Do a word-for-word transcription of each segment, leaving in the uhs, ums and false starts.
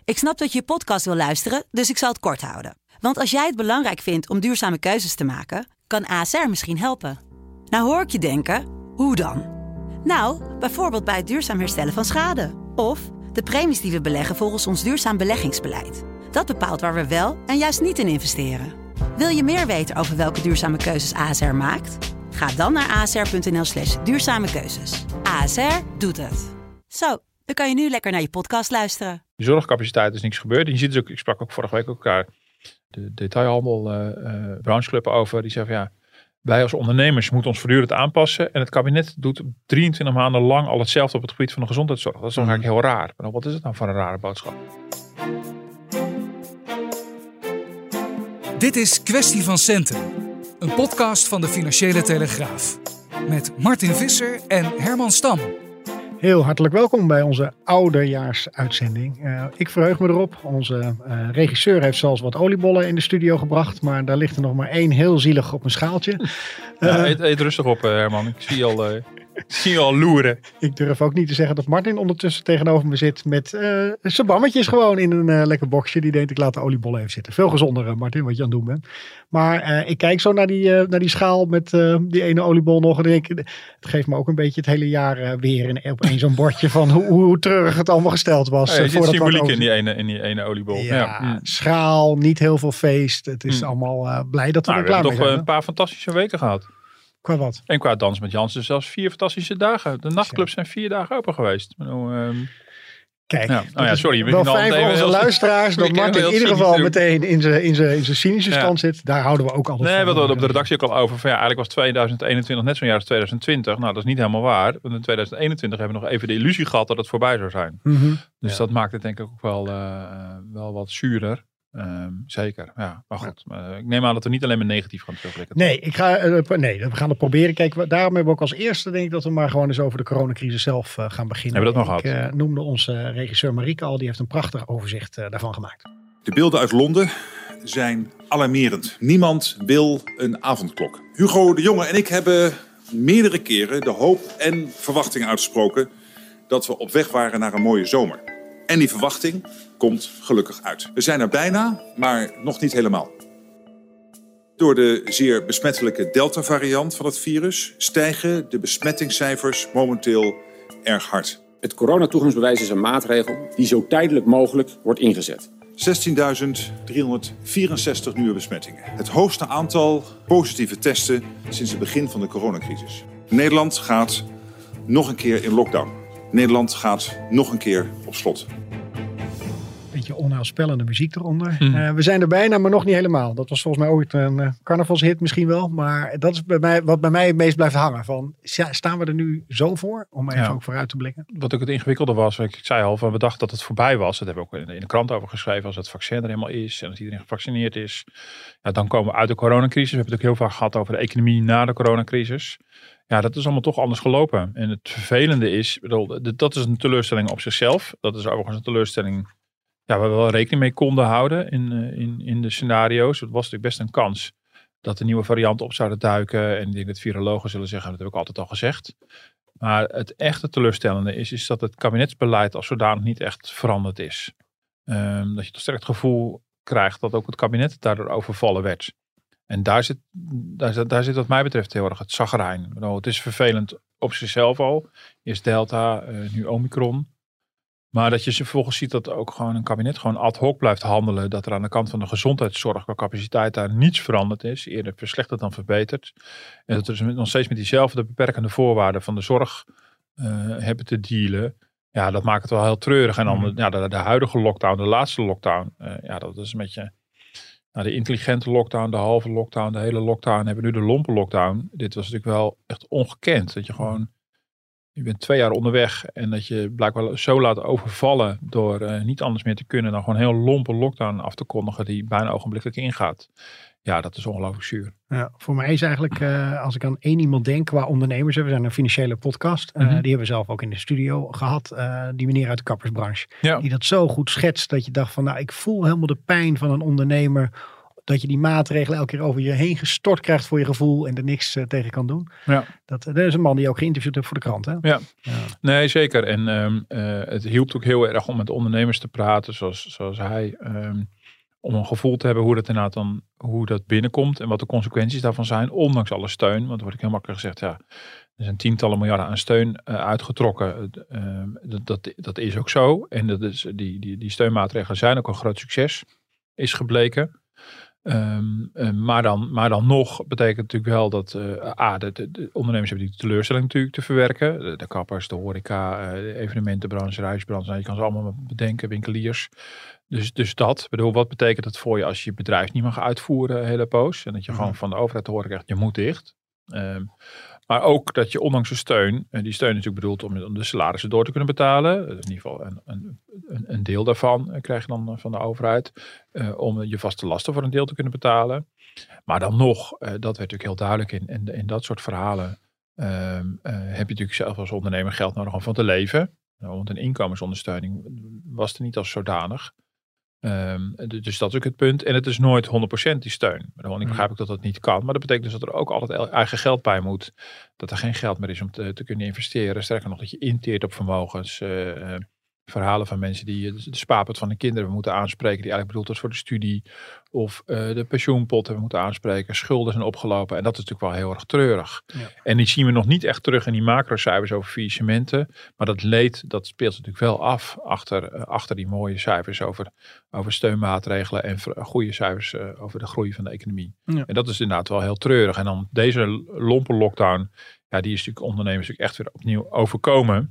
Ik snap dat je je podcast wil luisteren, dus ik zal het kort houden. Want als jij het belangrijk vindt om duurzame keuzes te maken, kan A S R misschien helpen. Nou hoor ik je denken, hoe dan? Nou, bijvoorbeeld bij het duurzaam herstellen van schade. Of de premies die we beleggen volgens ons duurzaam beleggingsbeleid. Dat bepaalt waar we wel en juist niet in investeren. Wil je meer weten over welke duurzame keuzes A S R maakt? Ga dan naar asr.nl slash duurzame keuzes. A S R doet het. Zo, dan kan je nu lekker naar je podcast luisteren. De zorgcapaciteit is niks gebeurd. En je ziet dus ook, ik sprak ook vorige week ook elkaar de detailhandel uh, uh, brancheclub over. Die zei van ja, wij als ondernemers moeten ons voortdurend aanpassen. En het kabinet doet drieëntwintig maanden lang al hetzelfde op het gebied van de gezondheidszorg. Dat is toch eigenlijk heel raar. Maar wat is het nou voor een rare boodschap? Dit is Kwestie van Centen. Een podcast van de Financiële Telegraaf. Met Martin Visser en Herman Stam. Heel hartelijk welkom bij onze oudejaarsuitzending. Uh, ik verheug me erop. Onze uh, regisseur heeft zelfs wat oliebollen in de studio gebracht. Maar daar ligt er nog maar één heel zielig op een schaaltje. Ja, uh, eet, eet rustig op, Herman. Ik zie je al, uh, ik zie je al loeren. Ik durf ook niet te zeggen dat Martin ondertussen tegenover me zit met uh, zijn bammetjes gewoon in een uh, lekker boxje. Die denkt ik laat de oliebollen even zitten. Veel gezonder, uh, Martin, wat je aan het doen bent. Maar uh, ik kijk zo naar die, uh, naar die schaal met uh, die ene oliebol nog. En denk, het geeft me ook een beetje het hele jaar uh, weer in, op één zo'n bordje van hoe, hoe treurig het allemaal gesteld was. Ja, je uh, ziet symboliek in die ene, in die ene oliebol. Ja, ja. Schaal, niet heel veel feest. Het is mm. allemaal uh, blij dat we nou, er klaar mee zijn. We hebben toch een paar fantastische weken gehad. Qua wat? En qua Dans met Jansen zelfs vier fantastische dagen. De nachtclubs zijn vier dagen open geweest. Nou, um, Kijk, ja. oh ja, sorry, wel fijn voor onze heel, luisteraars dat Martin in ieder geval meteen in zijn, in zijn, in zijn cynische ja. stand zit. Daar houden we ook altijd nee, van. Nee, we hadden op de redactie ook al over van ja, eigenlijk was tweeduizend eenentwintig net zo'n jaar als tweeduizend twintig. Nou, dat is niet helemaal waar. Want in tweeduizend eenentwintig hebben we nog even de illusie gehad dat het voorbij zou zijn. Mm-hmm. Dus ja. dat maakt het denk ik ook wel, uh, wel wat zuurder. Um, zeker, ja. Maar goed, ja. uh, ik neem aan dat we niet alleen maar negatief gaan terugblikken. Nee, ik ga, uh, nee, we gaan het proberen. Kijk, we, daarom hebben we ook als eerste denk ik dat we maar gewoon eens over de coronacrisis zelf uh, gaan beginnen. Hebben we dat nog ik gehad? Uh, noemde onze uh, regisseur Marieke al, die heeft een prachtig overzicht uh, daarvan gemaakt. De beelden uit Londen zijn alarmerend. Niemand wil een avondklok. Hugo de Jonge en ik hebben meerdere keren de hoop en verwachting uitgesproken dat we op weg waren naar een mooie zomer. En die verwachting komt gelukkig uit. We zijn er bijna, maar nog niet helemaal. Door de zeer besmettelijke Delta-variant van het virus stijgen de besmettingscijfers momenteel erg hard. Het coronatoegangsbewijs is een maatregel die zo tijdelijk mogelijk wordt ingezet. zestienduizend driehonderdvierenzestig nieuwe besmettingen. Het hoogste aantal positieve testen sinds het begin van de coronacrisis. Nederland gaat nog een keer in lockdown. Nederland gaat nog een keer op slot. Beetje onheilspellende muziek eronder. Mm. Uh, we zijn er bijna, maar nog niet helemaal. Dat was volgens mij ooit een uh, carnavalshit misschien wel. Maar dat is bij mij, wat bij mij het meest blijft hangen. Van, staan we er nu zo voor? Om even ja. ook vooruit te blikken. Wat ook het ingewikkelde was. Ik zei al, van, we dachten dat het voorbij was. Dat hebben we ook in de, in de krant over geschreven. Als het vaccin er helemaal is en als iedereen gevaccineerd is. Ja, dan komen we uit de coronacrisis. We hebben het ook heel vaak gehad over de economie na de coronacrisis. Ja, dat is allemaal toch anders gelopen. En het vervelende is, bedoel, dat is een teleurstelling op zichzelf. Dat is overigens een teleurstelling ja, waar we wel rekening mee konden houden in, in, in de scenario's. Het was natuurlijk best een kans dat er nieuwe varianten op zouden duiken. En ik denk dat virologen zullen zeggen, dat heb ik altijd al gezegd. Maar het echte teleurstellende is, is dat het kabinetsbeleid als zodanig niet echt veranderd is. Um, dat je toch sterk het gevoel krijgt dat ook het kabinet daardoor overvallen werd. En daar zit, daar, zit, daar zit wat mij betreft heel erg het zagrijn. Het is vervelend op zichzelf al. Eerst Delta, uh, nu Omicron. Maar dat je vervolgens ziet dat ook gewoon een kabinet gewoon ad hoc blijft handelen. Dat er aan de kant van de gezondheidszorg qua capaciteit daar niets veranderd is. Eerder verslechterd dan verbeterd. En dat we dus nog steeds met diezelfde beperkende voorwaarden van de zorg uh, hebben te dealen. Ja, dat maakt het wel heel treurig. En dan mm. ja, de, de huidige lockdown, de laatste lockdown. Uh, ja, dat is een beetje nou, de intelligente lockdown, de halve lockdown, de hele lockdown. Hebben we nu de lompe lockdown. Dit was natuurlijk wel echt ongekend. Dat je gewoon, je bent twee jaar onderweg en dat je blijkbaar zo laat overvallen door uh, niet anders meer te kunnen dan gewoon een heel lompe lockdown af te kondigen die bijna ogenblikkelijk ingaat. Ja, dat is ongelooflijk zuur. Ja, voor mij is eigenlijk, uh, als ik aan één iemand denk qua ondernemers, we zijn een financiële podcast, uh, Mm-hmm. die hebben we zelf ook in de studio gehad, uh, die meneer uit de kappersbranche, Ja. die dat zo goed schetst dat je dacht van, nou, ik voel helemaal de pijn van een ondernemer dat je die maatregelen elke keer over je heen gestort krijgt voor je gevoel en er niks uh, tegen kan doen. Ja. Dat, dat is een man die je ook geïnterviewd hebt voor de krant. Hè? Ja. ja, nee zeker. En um, uh, het hielp ook heel erg om met ondernemers te praten zoals, zoals hij. Um, om een gevoel te hebben hoe dat inderdaad dan, hoe dat binnenkomt en wat de consequenties daarvan zijn, ondanks alle steun. Want er wordt heel makkelijk gezegd, ja, er zijn tientallen miljarden aan steun uh, uitgetrokken. Uh, dat, dat, dat is ook zo. En dat is, die, die, die steunmaatregelen zijn ook een groot succes, is gebleken. Um, uh, maar, dan, maar dan nog betekent het natuurlijk wel dat uh, A, de, de, de ondernemers hebben die teleurstelling natuurlijk te verwerken. De, de kappers, de horeca, uh, de evenementenbranche, reisbranche, nou, je kan ze allemaal bedenken, winkeliers. Dus, dus dat, bedoel, wat betekent het voor je als je je bedrijf niet mag uitvoeren hele poos? En dat je gewoon van de overheid te horen krijgt, je moet dicht. Um, maar ook dat je ondanks de steun, en die steun is natuurlijk bedoeld om, om de salarissen door te kunnen betalen. In ieder geval een, een, een deel daarvan krijg je dan van de overheid. Uh, om je vaste lasten voor een deel te kunnen betalen. Maar dan nog, uh, dat werd natuurlijk heel duidelijk in, in, in dat soort verhalen. Uh, uh, heb je natuurlijk zelf als ondernemer geld nodig om van te leven. Nou, want een inkomensondersteuning was er niet als zodanig. Um, dus dat is ook het punt. En het is nooit honderd procent die steun. Want ik begrijp ook dat dat niet kan. Maar dat betekent dus dat er ook altijd eigen geld bij moet. Dat er geen geld meer is om te, te kunnen investeren. Sterker nog dat je inteert op vermogens. Uh, uh, verhalen van mensen die de spaarpot van de kinderen moeten aanspreken. Die eigenlijk bedoeld was voor de studie. Of uh, de pensioenpot hebben moeten aanspreken. Schulden zijn opgelopen. En dat is natuurlijk wel heel erg treurig. Ja. En die zien we nog niet echt terug in die macrocijfers over faillissementen. Maar dat leed, dat speelt natuurlijk wel af. Achter, uh, achter die mooie cijfers over, over steunmaatregelen. En goede cijfers uh, over de groei van de economie. Ja. En dat is inderdaad wel heel treurig. En dan deze lompe lockdown. Ja, die is natuurlijk ondernemers natuurlijk echt weer opnieuw overkomen.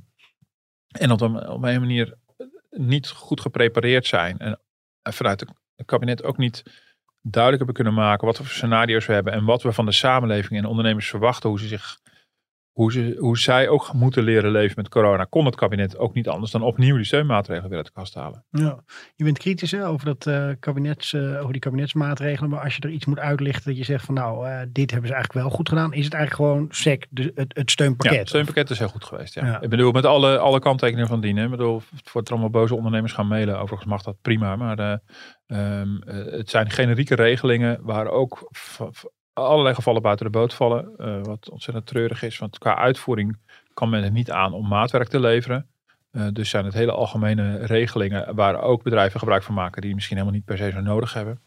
En op een, op een manier niet goed geprepareerd zijn. En vanuit het kabinet ook niet duidelijk hebben kunnen maken wat voor scenario's we hebben. En wat we van de samenleving en ondernemers verwachten. Hoe ze zich, hoe ze, hoe zij ook moeten leren leven met corona. Kon het kabinet ook niet anders dan opnieuw die steunmaatregelen weer uit de kast halen. Ja, je bent kritisch hè, over, dat, uh, kabinets, uh, over die kabinetsmaatregelen. Maar als je er iets moet uitlichten dat je zegt van nou, uh, dit hebben ze eigenlijk wel goed gedaan. Is het eigenlijk gewoon sec, de, het, het steunpakket? Ja, het steunpakket is heel goed geweest. Ja. Ja. Ik bedoel, met alle, alle kanttekeningen van dien. Hè. Ik bedoel, voor het er allemaal boze ondernemers gaan mailen. Overigens mag dat prima. Maar uh, um, uh, het zijn generieke regelingen waar ook v- v- allerlei gevallen buiten de boot vallen. Uh, wat ontzettend treurig is. Want qua uitvoering kan men het niet aan om maatwerk te leveren. Uh, dus zijn het hele algemene regelingen waar ook bedrijven gebruik van maken die misschien helemaal niet per se zo nodig hebben.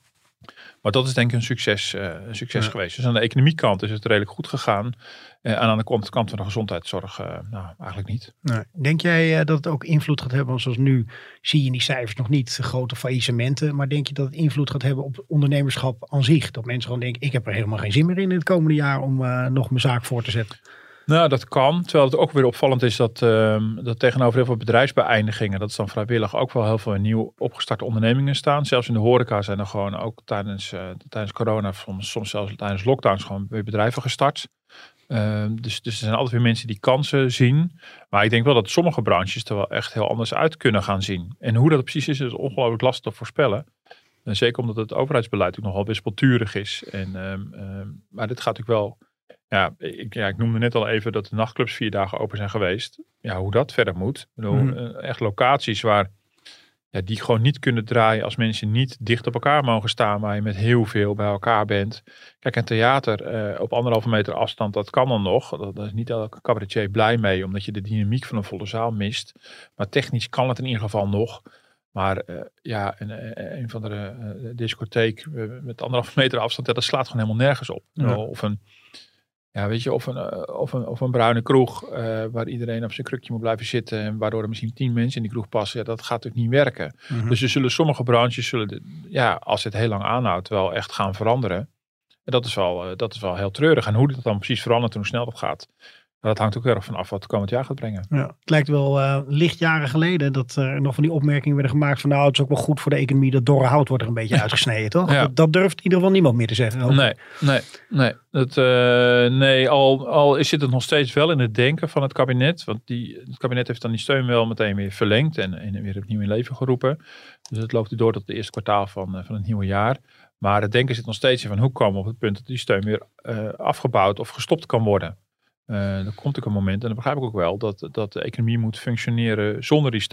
Maar dat is denk ik een succes, uh, een succes ja. geweest. Dus aan de economiekant is het redelijk goed gegaan. Uh, en aan de kant, kant van de gezondheidszorg uh, nou, eigenlijk niet. Nee. Denk jij uh, dat het ook invloed gaat hebben? Want zoals nu zie je in die cijfers nog niet grote faillissementen. Maar denk je dat het invloed gaat hebben op ondernemerschap aan zich? Dat mensen gewoon denken, ik heb er helemaal geen zin meer in in het komende jaar om uh, nog mijn zaak voor te zetten. Nou, dat kan. Terwijl het ook weer opvallend is dat, uh, dat tegenover heel veel bedrijfsbeëindigingen, dat is dan vrijwillig ook wel heel veel nieuw opgestarte ondernemingen staan. Zelfs in de horeca zijn er gewoon ook tijdens, uh, tijdens corona, soms, soms zelfs tijdens lockdowns gewoon weer bedrijven gestart. Uh, dus, dus er zijn altijd weer mensen die kansen zien. Maar ik denk wel dat sommige branches er wel echt heel anders uit kunnen gaan zien. En hoe dat precies is, is ongelooflijk lastig te voorspellen. En zeker omdat het overheidsbeleid ook nogal wispelturig is. En, um, um, maar dit gaat natuurlijk wel. Ja ik, ja, ik noemde net al even dat de nachtclubs vier dagen open zijn geweest. Ja, hoe dat verder moet. Ik bedoel, mm. uh, echt locaties waar ja, die gewoon niet kunnen draaien als mensen niet dicht op elkaar mogen staan, waar je met heel veel bij elkaar bent. Kijk, een theater uh, op anderhalve meter afstand, dat kan dan nog. Dat, dat is niet elke cabaretier blij mee, omdat je de dynamiek van een volle zaal mist. Maar technisch kan het in ieder geval nog. Maar uh, ja, een, een van de uh, discotheek uh, met anderhalve meter afstand, ja, dat slaat gewoon helemaal nergens op. Ja. Of een Ja, weet je, of een, uh, of een, of een bruine kroeg uh, waar iedereen op zijn krukje moet blijven zitten en waardoor er misschien tien mensen in die kroeg passen, ja, dat gaat natuurlijk niet werken. Mm-hmm. Dus er zullen sommige branches, zullen de, ja, als het heel lang aanhoudt, wel echt gaan veranderen. En dat is wel, uh, dat is wel heel treurig. En hoe dat dan precies verandert en hoe snel dat gaat, dat hangt ook erg van af wat het komend jaar gaat brengen. Ja, het lijkt wel uh, lichtjaren geleden dat er nog van die opmerkingen werden gemaakt van nou, het is ook wel goed voor de economie, dat dorre hout wordt er een beetje uitgesneden, toch? Ja. Dat, dat durft in ieder geval niemand meer te zeggen. Ook. Nee, nee, nee. Het, uh, nee al, al zit het nog steeds wel in het denken van het kabinet. Want die, het kabinet heeft dan die steun wel meteen weer verlengd en, en weer opnieuw in leven geroepen. Dus het loopt door tot het eerste kwartaal van, uh, van het nieuwe jaar. Maar het denken zit nog steeds in van hoe komen we op het punt dat die steun weer uh, afgebouwd of gestopt kan worden. Uh, er komt ook een moment, en dat begrijp ik ook wel, dat, dat de economie moet functioneren zonder die steun.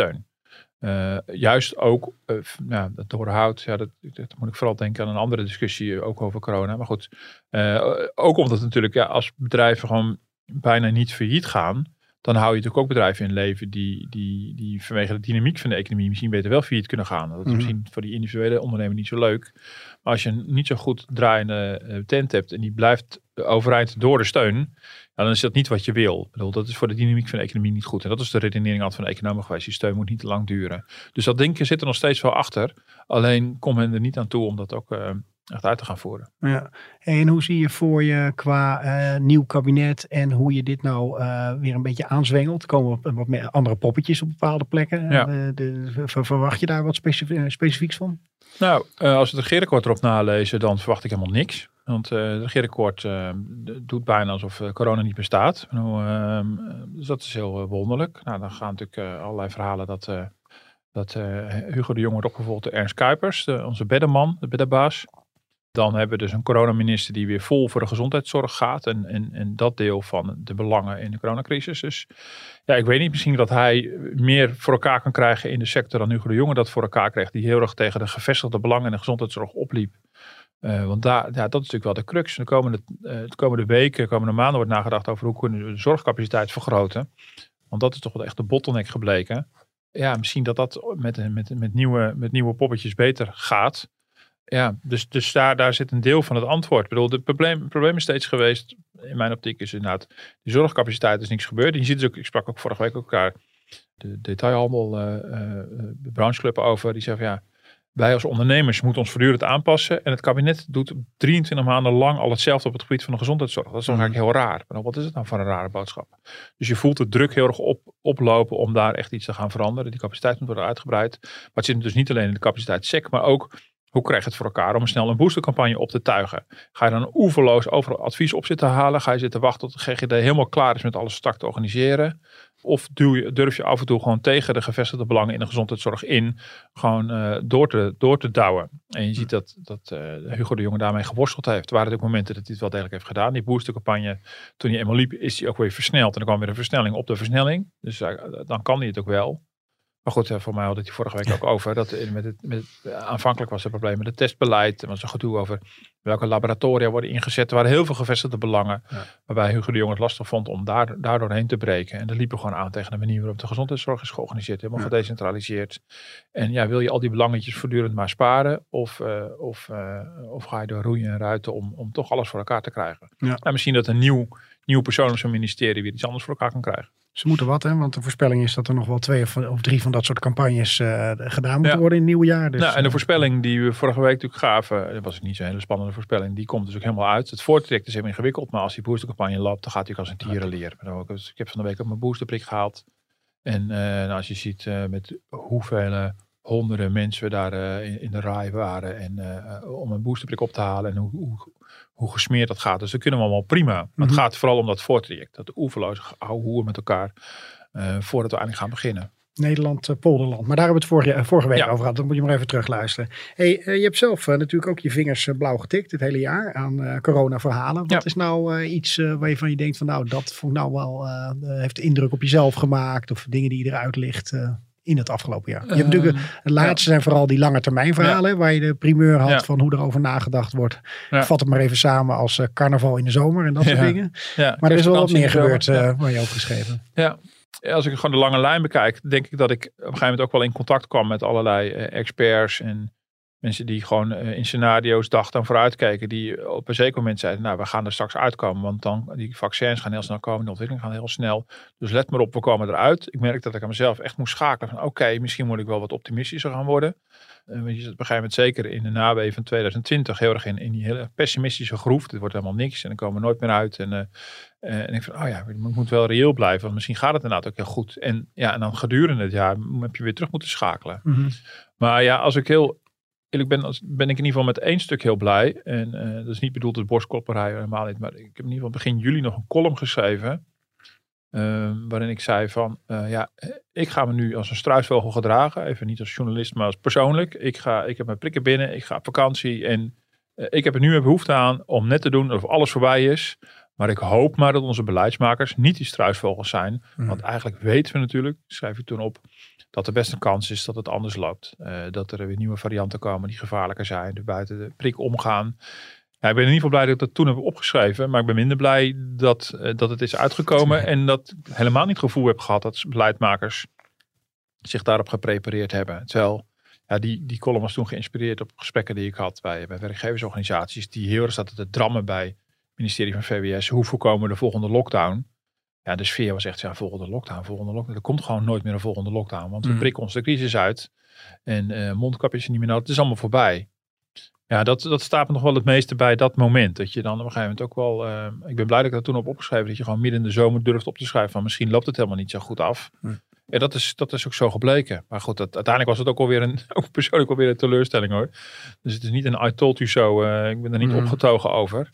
Uh, juist ook, uh, ja, dat doorhoudt, ja, dat, dat moet ik vooral denken aan een andere discussie, ook over corona. Maar goed, uh, ook omdat natuurlijk, ja, als bedrijven gewoon bijna niet failliet gaan, dan hou je natuurlijk ook bedrijven in leven die, die, die vanwege de dynamiek van de economie misschien beter wel failliet kunnen gaan. Dat is mm-hmm. misschien voor die individuele ondernemer niet zo leuk. Maar als je een niet zo goed draaiende uh, tent hebt en die blijft overeind door de steun, ja, dan is dat niet wat je wil. Ik bedoel, dat is voor de dynamiek van de economie niet goed. En dat is de redenering altijd van de economen geweest. Die steun moet niet te lang duren. Dus dat denken zit er nog steeds wel achter. Alleen komt men er niet aan toe om dat ook uh, echt uit te gaan voeren. Ja. En hoe zie je voor je qua uh, nieuw kabinet en hoe je dit nou uh, weer een beetje aanzwengelt? Komen er wat meer andere poppetjes op bepaalde plekken? Ja. Uh, de, ver, verwacht je daar wat specif- specifieks van? Nou, uh, als we het regeerakkoord erop nalezen, dan verwacht ik helemaal niks. Want uh, het regeerakkoord uh, doet bijna alsof uh, corona niet bestaat. Nou, uh, dus dat is heel uh, wonderlijk. Nou, dan gaan natuurlijk uh, allerlei verhalen dat, uh, dat uh, Hugo de Jonge wordt opgevolgd door Ernst Kuipers, de, onze beddenman, de beddenbaas. Dan hebben we dus een coronaminister die weer vol voor de gezondheidszorg gaat. En, en, en dat deel van de belangen in de coronacrisis. Dus ja, ik weet niet, misschien dat hij meer voor elkaar kan krijgen in de sector dan Hugo de Jonge dat voor elkaar kreeg. Die heel erg tegen de gevestigde belangen in de gezondheidszorg opliep. Uh, want daar, ja, dat is natuurlijk wel de crux. De komende, uh, de komende weken, de komende maanden wordt nagedacht over hoe kunnen we de zorgcapaciteit vergroten. Want dat is toch wel echt de bottleneck gebleken. Ja, misschien dat dat met, met, met, nieuwe, met nieuwe poppetjes beter gaat. Ja, dus, dus daar, daar zit een deel van het antwoord. Ik bedoel, het probleem, het probleem is steeds geweest, in mijn optiek is inderdaad, die zorgcapaciteit is niks gebeurd. En je ziet dus ook, ik sprak ook vorige week ook elkaar, de detailhandel, uh, uh, de brancheclub over, die zei van ja, wij als ondernemers moeten ons voortdurend aanpassen. En het kabinet doet drieëntwintig maanden lang al hetzelfde op het gebied van de gezondheidszorg. Dat is toch eigenlijk heel raar. Maar wat is het nou voor een rare boodschap? Dus je voelt de druk heel erg op, oplopen om daar echt iets te gaan veranderen. Die capaciteit moet worden uitgebreid. Maar het zit dus niet alleen in de capaciteit sec, maar ook hoe krijg je het voor elkaar om snel een boostercampagne op te tuigen? Ga je dan oeverloos overal advies op zitten halen? Ga je zitten wachten tot de G G D helemaal klaar is met alles strak te organiseren? Of je, durf je af en toe gewoon tegen de gevestigde belangen in de gezondheidszorg in gewoon uh, door, te, door te douwen? En je ziet dat, dat uh, Hugo de Jonge daarmee geworsteld heeft. Er waren ook momenten dat hij het wel degelijk heeft gedaan. Die boostercampagne, toen hij eenmaal liep, is hij ook weer versneld. En dan kwam weer een versnelling op de versnelling. Dus uh, dan kan hij het ook wel. Maar goed, voor mij had het hij vorige week ook over. Dat met het, met het, aanvankelijk was het probleem met het testbeleid. Er was een gedoe over welke laboratoria worden ingezet. Er waren heel veel gevestigde belangen. Ja. Waarbij Hugo de Jonge het lastig vond om daar, daardoor heen te breken. En dat liepen gewoon aan tegen de manier waarop de gezondheidszorg is georganiseerd. Helemaal ja. gedecentraliseerd. En ja, wil je al die belangetjes voortdurend maar sparen? Of, uh, of, uh, of ga je door roeien en ruiten om, om toch alles voor elkaar te krijgen? Ja. Nou, misschien dat een nieuw, nieuw persoon op zo'n ministerie weer iets anders voor elkaar kan krijgen. Ze moeten wat, hè? Want de voorspelling is dat er nog wel twee of, of drie van dat soort campagnes uh, gedaan moeten ja. worden in het nieuwe jaar. Dus, nou, en de voorspelling die we vorige week natuurlijk gaven, dat was niet zo'n hele spannende voorspelling, die komt dus ook helemaal uit. Het voortraject is helemaal ingewikkeld, maar als die boostercampagne loopt, dan gaat hij als een tierenlier. Ik heb van de week ook mijn boosterprik gehaald. En uh, nou, als je ziet uh, met hoeveel honderden mensen we daar uh, in, in de rij waren en uh, om een boosterprik op te halen en hoe, hoe, hoe gesmeerd dat gaat. Dus dat kunnen we allemaal prima. Maar mm-hmm. het gaat vooral om dat voortraject. Dat oeverloos houden met elkaar uh, voordat we eigenlijk gaan beginnen. Nederland, uh, Polderland. Maar daar hebben we het vorige, uh, vorige week ja. over gehad. Dan moet je maar even terugluisteren. Hey, uh, je hebt zelf uh, natuurlijk ook je vingers uh, blauw getikt dit hele jaar aan uh, corona verhalen. Wat ja. is nou uh, iets uh, waarvan je denkt van nou dat vond nou wel uh, heeft indruk op jezelf gemaakt of dingen die je eruit ligt uh, in het afgelopen jaar? Je hebt natuurlijk, uh, het laatste ja. zijn vooral die lange termijn verhalen, ja. waar je de primeur had ja. van hoe erover nagedacht wordt. Ja. Vat het maar even samen als uh, carnaval in de zomer en dat soort ja. dingen. Ja. Maar er is wel wat meer gebeurd, uh, ja. waar je over geschreven. Ja. Als ik gewoon de lange lijn bekijk, denk ik dat ik op een gegeven moment ook wel in contact kwam met allerlei uh, experts en mensen die gewoon uh, in scenario's dachten en vooruitkeken, die op een zeker moment zeiden, nou, we gaan er straks uitkomen, want dan die vaccins gaan heel snel komen, de ontwikkeling gaat heel snel. Dus let maar op, we komen eruit. Ik merk dat ik aan mezelf echt moest schakelen van, oké, okay, misschien moet ik wel wat optimistischer gaan worden. Uh, je zit op een gegeven moment zeker in de naweeën van twintig twintig heel erg in, in die hele pessimistische groef. Dit wordt helemaal niks en dan komen we nooit meer uit. En, uh, uh, en ik van, oh ja, ik moet wel reëel blijven, want misschien gaat het inderdaad ook heel goed. En ja, en dan gedurende het jaar heb je weer terug moeten schakelen. Mm-hmm. Maar ja, als ik heel eerlijk ben, ben ik in ieder geval met één stuk heel blij. En uh, dat is niet bedoeld als borstklopperij, helemaal niet. Maar ik heb in ieder geval begin juli nog een column geschreven. Uh, waarin ik zei van, uh, ja, ik ga me nu als een struisvogel gedragen. Even niet als journalist, maar als persoonlijk. Ik, ga, ik heb mijn prikken binnen, ik ga op vakantie. En uh, ik heb er nu een behoefte aan om net te doen of alles voorbij is. Maar ik hoop maar dat onze beleidsmakers niet die struisvogels zijn. Mm. Want eigenlijk weten we natuurlijk, schrijf je toen op, dat er best een kans is dat het anders loopt. Uh, dat er weer nieuwe varianten komen die gevaarlijker zijn. Die buiten de prik omgaan. Ja, ik ben in ieder geval blij dat ik dat toen heb opgeschreven. Maar ik ben minder blij dat, uh, dat het is uitgekomen. En dat ik helemaal niet het gevoel heb gehad dat beleidmakers zich daarop geprepareerd hebben. Terwijl ja, die, die column was toen geïnspireerd op gesprekken die ik had bij, bij werkgeversorganisaties. Die heel erg zaten te drammen bij het ministerie van V W S. Hoe voorkomen we de volgende lockdown? Ja, de sfeer was echt, ja, volgende lockdown, volgende lockdown. Er komt gewoon nooit meer een volgende lockdown. Want we Mm. prikken ons de crisis uit. En uh, mondkapjes zijn niet meer nodig. Het is allemaal voorbij. Ja, dat, dat staat me nog wel het meeste bij dat moment. Dat je dan op een gegeven moment ook wel... Uh, ik ben blij dat ik dat toen op opgeschreven. Dat je gewoon midden in de zomer durft op te schrijven. Van misschien loopt het helemaal niet zo goed af. Mm. Ja, dat is, dat is ook zo gebleken. Maar goed, dat, uiteindelijk was het ook alweer een... Ook persoonlijk alweer een teleurstelling hoor. Dus het is niet een I told you so. Uh, ik ben er niet Mm. opgetogen over.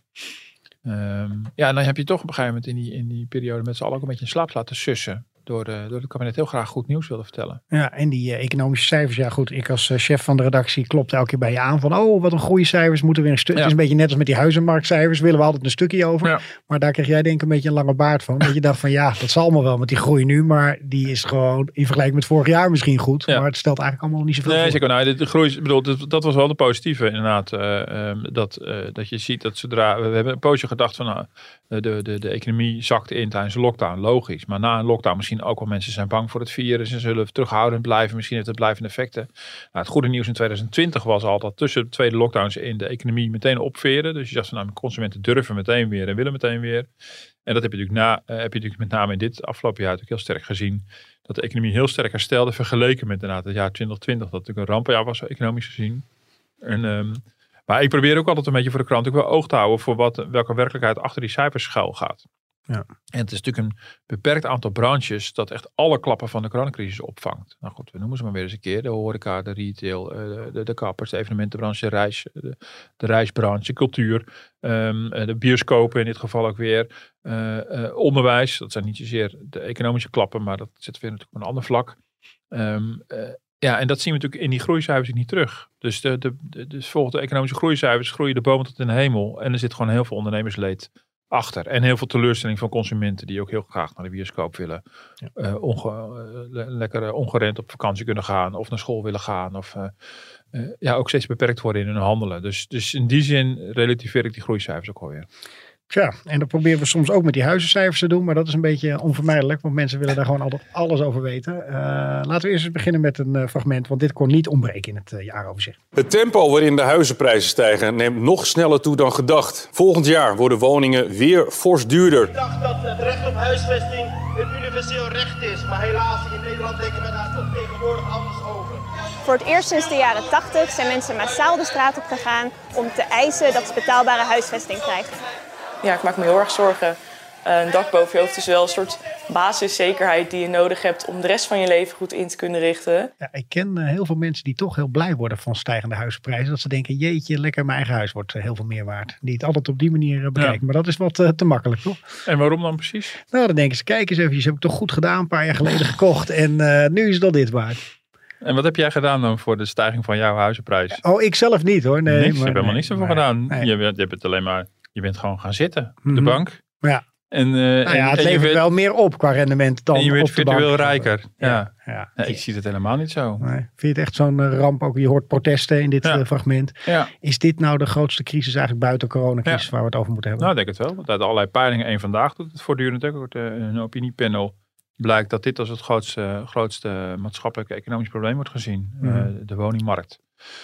Um, ja, en dan heb je toch op een gegeven moment in die, in die periode met z'n allen ook een beetje in slaap laten sussen. Door, de, door het kabinet heel graag goed nieuws wilde vertellen. Ja, en die uh, economische cijfers. Ja goed, ik als uh, chef van de redactie klopt elke keer bij je aan. Van oh, wat een goede cijfers. Moeten weer een stuk. Ja. Het is een beetje net als met die huizenmarktcijfers. Willen we altijd een stukje over. Ja. Maar daar kreeg jij denk ik een beetje een lange baard van. Dat je dacht van ja, dat zal allemaal wel met die groei nu. Maar die is gewoon in vergelijking met vorig jaar misschien goed. Ja. Maar het stelt eigenlijk allemaal nog niet zoveel Nee, voor. zeker. Nou, de, de groei, bedoel, dat, dat was wel de positieve inderdaad. Uh, um, dat, uh, dat je ziet dat zodra... We hebben een poosje gedacht van nou, de, de, de economie zakte in tijdens de lockdown. Logisch. Maar na een lockdown misschien ook wel mensen zijn bang voor het virus en zullen terughoudend blijven. Misschien heeft het blijvende effecten. Nou, het goede nieuws in twintig twintig was al dat tussen de tweede lockdowns in de economie meteen opveren. Dus je zag van nou, consumenten durven meteen weer en willen meteen weer. En dat heb je natuurlijk, na, uh, heb je natuurlijk met name in dit afgelopen jaar natuurlijk heel sterk gezien. Dat de economie heel sterk herstelde vergeleken met inderdaad het jaar twintig twintig. Dat natuurlijk een rampenjaar was economisch gezien. En, um, maar ik probeer ook altijd een beetje voor de krant ook wel oog te houden voor wat, welke werkelijkheid achter die cijfers schuil gaat. Ja. En het is natuurlijk een beperkt aantal branches dat echt alle klappen van de coronacrisis opvangt. Nou goed, we noemen ze maar weer eens een keer. De horeca, de retail, de, de, de kappers, de evenementenbranche, de, reis, de, de reisbranche, cultuur, um, de bioscopen in dit geval ook weer. Uh, uh, onderwijs, dat zijn niet zozeer de economische klappen, maar dat zit weer natuurlijk op een ander vlak. Um, uh, ja, en dat zien we natuurlijk in die groeicijfers niet terug. Dus, de, de, de, dus volgens de economische groeicijfers groeien de bomen tot in de hemel. En er zit gewoon heel veel ondernemersleed achter. En heel veel teleurstelling van consumenten die ook heel graag naar de bioscoop willen. Ja. Uh, onge, uh, le- lekker uh, ongeremd op vakantie kunnen gaan. Of naar school willen gaan. Of uh, uh, ja, ook steeds beperkt worden in hun handelen. Dus, dus in die zin relativeer ik die groeicijfers ook alweer. Ja, en dat proberen we soms ook met die huizencijfers te doen. Maar dat is een beetje onvermijdelijk. Want mensen willen daar gewoon altijd alles over weten. Uh, laten we eerst eens beginnen met een uh, fragment. Want dit kon niet ontbreken in het uh, jaaroverzicht. Het tempo waarin de huizenprijzen stijgen neemt nog sneller toe dan gedacht. Volgend jaar worden woningen weer fors duurder. Ik dacht dat het recht op huisvesting een universeel recht is. Maar helaas, in Nederland denken we daar toch tegenwoordig anders over. Voor het eerst sinds de jaren tachtig zijn mensen massaal de straat op gegaan om te eisen dat ze betaalbare huisvesting krijgen. Ja, ik maak me heel erg zorgen. Een dak boven je hoofd is wel een soort basiszekerheid die je nodig hebt om de rest van je leven goed in te kunnen richten. Ja, ik ken uh, heel veel mensen die toch heel blij worden van stijgende huizenprijzen. Dat ze denken, jeetje, lekker mijn eigen huis wordt uh, heel veel meer waard. Die het altijd op die manier uh, bekijken. Ja. Maar dat is wat uh, te makkelijk, toch? En waarom dan precies? Nou, dan denken ze, kijk eens even, heb ik toch goed gedaan, een paar jaar geleden gekocht. En uh, nu is het al dit waard. En wat heb jij gedaan dan voor de stijging van jouw huizenprijs? Oh, ik zelf niet hoor. Nee, niks, maar, je hebt helemaal nee, niks ervoor nee, gedaan. Nee. Je, je hebt het alleen maar, je bent gewoon gaan zitten op Mm-hmm. de bank. Ja. En, uh, nou ja, en, het en levert werd, wel meer op qua rendement dan en je werd op de bank. virtueel rijker. Ja. Ja, ja. Ja, ik zie het helemaal niet zo. Nee. Vind je het echt zo'n uh, ramp? Ook je hoort protesten in dit Ja. uh, fragment. Ja. Is dit nou de grootste crisis eigenlijk buiten coronacrisis Ja. waar we het over moeten hebben? Nou, ik denk het wel. Want uit allerlei peilingen, één vandaag doet het voortdurend ook. Een opiniepanel blijkt dat dit als het grootste, grootste maatschappelijke economisch probleem wordt gezien. Mm. Uh, de woningmarkt.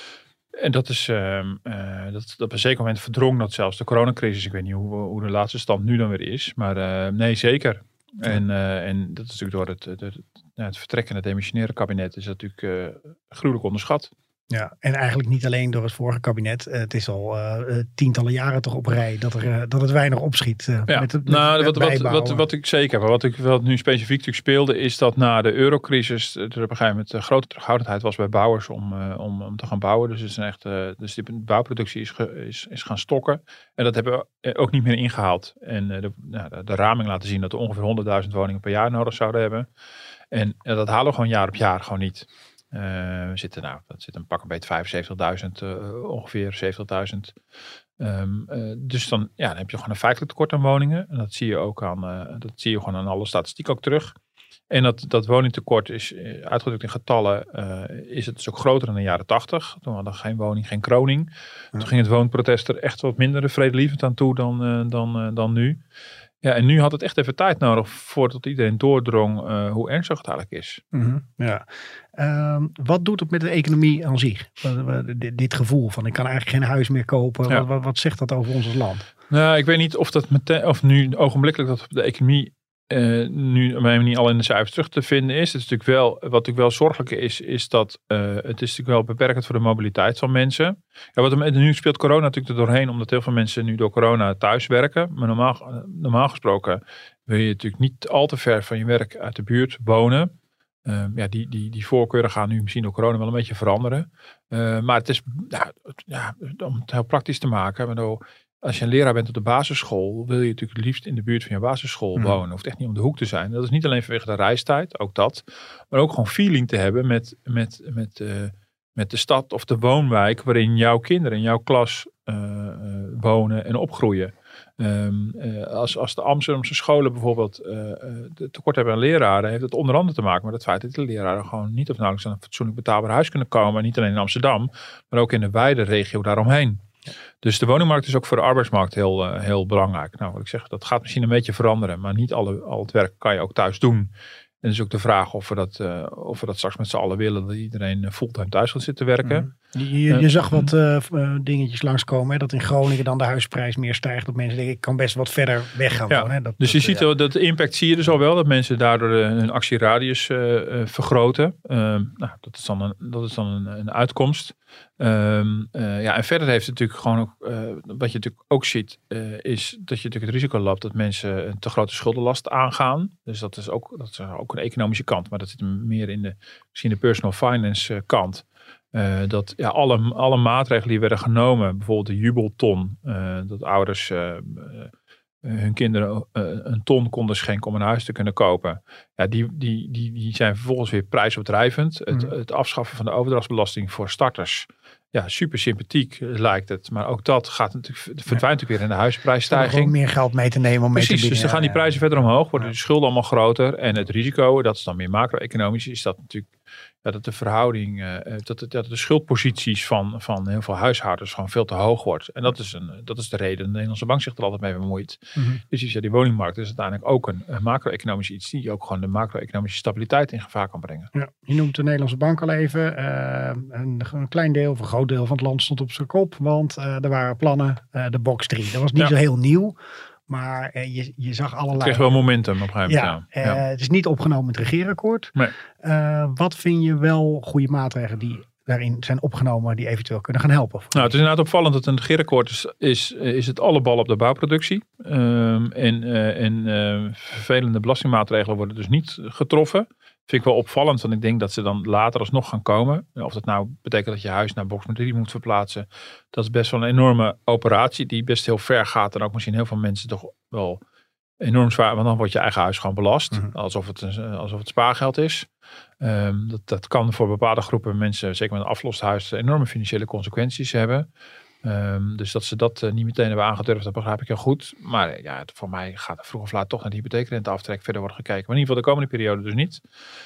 En dat is, uh, uh, dat, dat op een zeker moment verdrong dat zelfs de coronacrisis. Ik weet niet hoe, hoe de laatste stand nu dan weer is. Maar uh, nee, zeker. Ja. En, uh, en dat is natuurlijk door het, het, het, het vertrekkende het demissionaire kabinet is dat natuurlijk uh, gruwelijk onderschat. Ja, en eigenlijk niet alleen door het vorige kabinet. Uh, het is al uh, tientallen jaren toch op rij dat, er, uh, dat het weinig opschiet. Uh, ja. met het, met nou, het wat, wat, wat, wat ik zeker heb, wat, ik, wat nu specifiek natuurlijk speelde, is dat na de eurocrisis er op een gegeven moment uh, grote terughoudendheid was bij bouwers om, uh, om, om te gaan bouwen. Dus, het is echt, uh, dus de bouwproductie is, ge, is, is gaan stokken. En dat hebben we ook niet meer ingehaald. En uh, de, nou, de, de raming laten zien dat we ongeveer honderdduizend woningen per jaar nodig zouden hebben. En uh, dat halen we gewoon jaar op jaar gewoon niet. Uh, we zitten nou, dat zit een pak een beetje vijfenzeventigduizend, uh, ongeveer zeventigduizend Um, uh, dus dan, ja, dan heb je gewoon een feitelijk tekort aan woningen. En dat zie je ook aan, uh, dat zie je gewoon aan alle statistiek ook terug. En dat, dat woningtekort is, uitgedrukt in getallen, uh, is het dus ook groter dan in de jaren tachtig. Toen hadden we geen woning, geen kroning. Ja. Toen ging het woonprotest er echt wat minder vredelievend aan toe dan, uh, dan, uh, dan nu. Ja, en nu had het echt even tijd nodig voordat iedereen doordrong uh, hoe ernstig het eigenlijk is. Mm-hmm, ja. Uh, wat doet het met de economie aan zich? Dit, dit gevoel van ik kan eigenlijk geen huis meer kopen. Ja. Wat, wat, wat zegt dat over ons land? Nou, ik weet niet of dat meteen, of nu ogenblikkelijk dat de economie Uh, nu op mijn niet al in de cijfers terug te vinden is. Het is natuurlijk wel, wat natuurlijk wel zorgelijk is, is dat uh, het is natuurlijk wel beperkend voor de mobiliteit van mensen. Ja, wat er, nu speelt corona natuurlijk er doorheen, omdat heel veel mensen nu door corona thuis werken. Maar normaal, normaal gesproken wil je natuurlijk niet al te ver van je werk uit de buurt wonen. Uh, ja, die, die, die voorkeuren gaan nu misschien door corona wel een beetje veranderen. Uh, maar het is, ja, ja, om het heel praktisch te maken, waardoor als je een leraar bent op de basisschool, wil je natuurlijk het liefst in de buurt van je basisschool mm. wonen. Hoeft echt niet om de hoek te zijn. Dat is niet alleen vanwege de reistijd, ook dat. Maar ook gewoon feeling te hebben met, met, met, uh, met de stad of de woonwijk waarin jouw kinderen in jouw klas uh, uh, wonen en opgroeien. Um, uh, als, als de Amsterdamse scholen bijvoorbeeld uh, uh, tekort hebben aan leraren, heeft het onder andere te maken met het feit dat de leraren gewoon niet of nauwelijks aan een fatsoenlijk betaalbaar huis kunnen komen. Niet alleen in Amsterdam, maar ook in de wijde regio daaromheen. Dus de woningmarkt is ook voor de arbeidsmarkt heel, uh, heel belangrijk. Nou, wat ik zeg, dat gaat misschien een beetje veranderen, maar niet alle, al het werk kan je ook thuis doen. En dus ook de vraag of we dat, uh, of we dat straks met z'n allen willen, dat iedereen fulltime thuis gaat zitten werken. Mm. Je, je, je zag wat uh, uh, dingetjes langskomen, hè, dat in Groningen dan de huisprijs meer stijgt. Dat mensen denken, ik kan best wat verder weg gaan ja. wonen. Hè. Dat, dus dat, je ziet ja. dat de impact zie je dus al wel, dat mensen daardoor hun actieradius uh, uh, vergroten. Uh, nou, dat is dan een, dat is dan een, een uitkomst. Um, uh, ja, en verder heeft het natuurlijk gewoon ook, uh, wat je natuurlijk ook ziet, uh, is dat je natuurlijk het risico loopt dat mensen een te grote schuldenlast aangaan. Dus dat is ook, dat is ook een economische kant, maar dat zit meer in de, misschien de personal finance uh, kant. Uh, dat ja, alle, alle maatregelen die werden genomen, bijvoorbeeld de jubelton, uh, dat ouders uh, uh, hun kinderen uh, een ton konden schenken om een huis te kunnen kopen. Ja, die, die, die, die zijn vervolgens weer prijsopdrijvend. Mm. Het, het afschaffen van de overdrachtsbelasting voor starters. Ja, super sympathiek lijkt het. Maar ook dat gaat natuurlijk, verdwijnt ja. natuurlijk weer in de huisprijsstijging. Gewoon meer geld mee te nemen om Precies, mee te bieden. Dus dan gaan die prijzen ja. verder omhoog. Worden ja. de schulden allemaal groter. En het risico, dat is dan meer macro-economisch, is dat natuurlijk ja, dat de verhouding, uh, dat, het, dat de schuldposities van, van heel veel huishoudens gewoon veel te hoog wordt. En dat is, een, dat is de reden. De Nederlandse bank zich er altijd mee bemoeit. Mm-hmm. Dus ja, die woningmarkt is uiteindelijk ook een, een macro-economisch iets die ook gewoon de macro-economische stabiliteit in gevaar kan brengen. Ja, je noemt de Nederlandse bank al even. Uh, een, een klein deel of een groot deel van het land stond op zijn kop. Want uh, er waren plannen, uh, de box drie. Dat was niet ja. zo heel nieuw. Maar uh, je, je zag allerlei... Het kreeg wel momentum op een gegeven moment. Ja, ja. Uh, het is niet opgenomen in het regeerakkoord. Nee. Uh, wat vind je wel goede maatregelen die daarin zijn opgenomen die eventueel kunnen gaan helpen? Nou, het is inderdaad opvallend dat een regeerakkoord is, is, is het alle bal op de bouwproductie. Um, en uh, en uh, vervelende belastingmaatregelen worden dus niet getroffen. Vind ik wel opvallend, want ik denk dat ze dan later alsnog gaan komen. Of dat nou betekent dat je huis naar box drie moet verplaatsen. Dat is best wel een enorme operatie die best heel ver gaat. En ook misschien heel veel mensen toch wel enorm zwaar. Want dan wordt je eigen huis gewoon belast. Mm-hmm. Alsof het, alsof het spaargeld is. Um, dat, dat kan voor bepaalde groepen mensen, zeker met een afloshuis, enorme financiële consequenties hebben. Um, dus dat ze dat uh, niet meteen hebben aangedurfd, dat begrijp ik heel goed. Maar ja, voor mij gaat er vroeg of laat toch naar de hypotheekrenteaftrek verder worden gekeken. Maar in ieder geval de komende periode dus niet.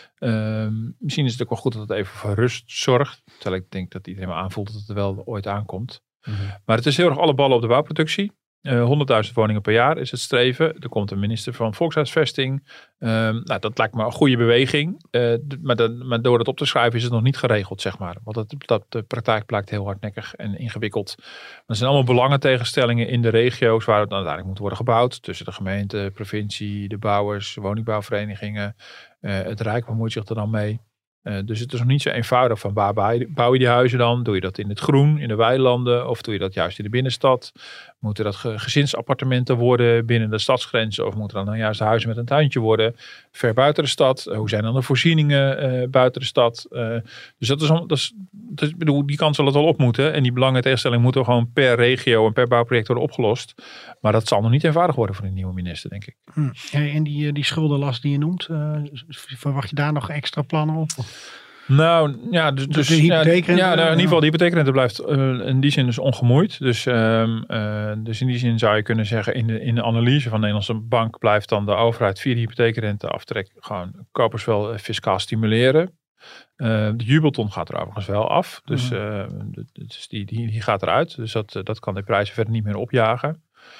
Um, misschien is het ook wel goed dat het even voor rust zorgt. Terwijl ik denk dat iedereen wel aanvoelt dat het er wel ooit aankomt. Mm-hmm. Maar het is heel erg alle ballen op de bouwproductie. Uh, honderdduizend woningen per jaar is het streven. Er komt een minister van Volkshuisvesting. Um, nou, dat lijkt me een goede beweging. Uh, maar, de, maar door het op te schrijven is het nog niet geregeld, zeg maar. Want het, dat, de praktijk blijkt heel hardnekkig en ingewikkeld. Er zijn allemaal belangentegenstellingen in de regio's waar het uiteindelijk moet worden gebouwd. Tussen de gemeente, provincie, de bouwers, woningbouwverenigingen. Uh, het Rijk bemoeit zich er dan mee. Uh, dus het is nog niet zo eenvoudig van waar bouw je die huizen dan? Doe je dat in het groen, in de weilanden? Of doe je dat juist in de binnenstad? Moeten dat gezinsappartementen worden binnen de stadsgrenzen? Of moeten dan, dan juist huizen met een tuintje worden? Ver buiten de stad? Uh, hoe zijn dan de voorzieningen uh, buiten de stad? Uh, dus dat is, dat is, dat is, ik bedoel, die kant zal het wel op moeten. En die belangen tegenstelling moeten gewoon per regio en per bouwproject worden opgelost. Maar dat zal nog niet eenvoudig worden voor een nieuwe minister, denk ik. Hm. En die, die schuldenlast die je noemt, uh, verwacht je daar nog extra plannen op? Nou, ja, dus, dus de hypotheekrente, ja, ja, in ieder geval de ja. hypotheekrente blijft uh, in die zin dus ongemoeid. Dus, um, uh, dus in die zin zou je kunnen zeggen, in de, in de analyse van de Nederlandse bank blijft dan de overheid via de hypotheekrenteaftrek gewoon kopers wel uh, fiscaal stimuleren. Uh, de jubelton gaat er overigens wel af. Dus, uh, dus die, die, die gaat eruit. Dus dat, dat kan de prijzen verder niet meer opjagen.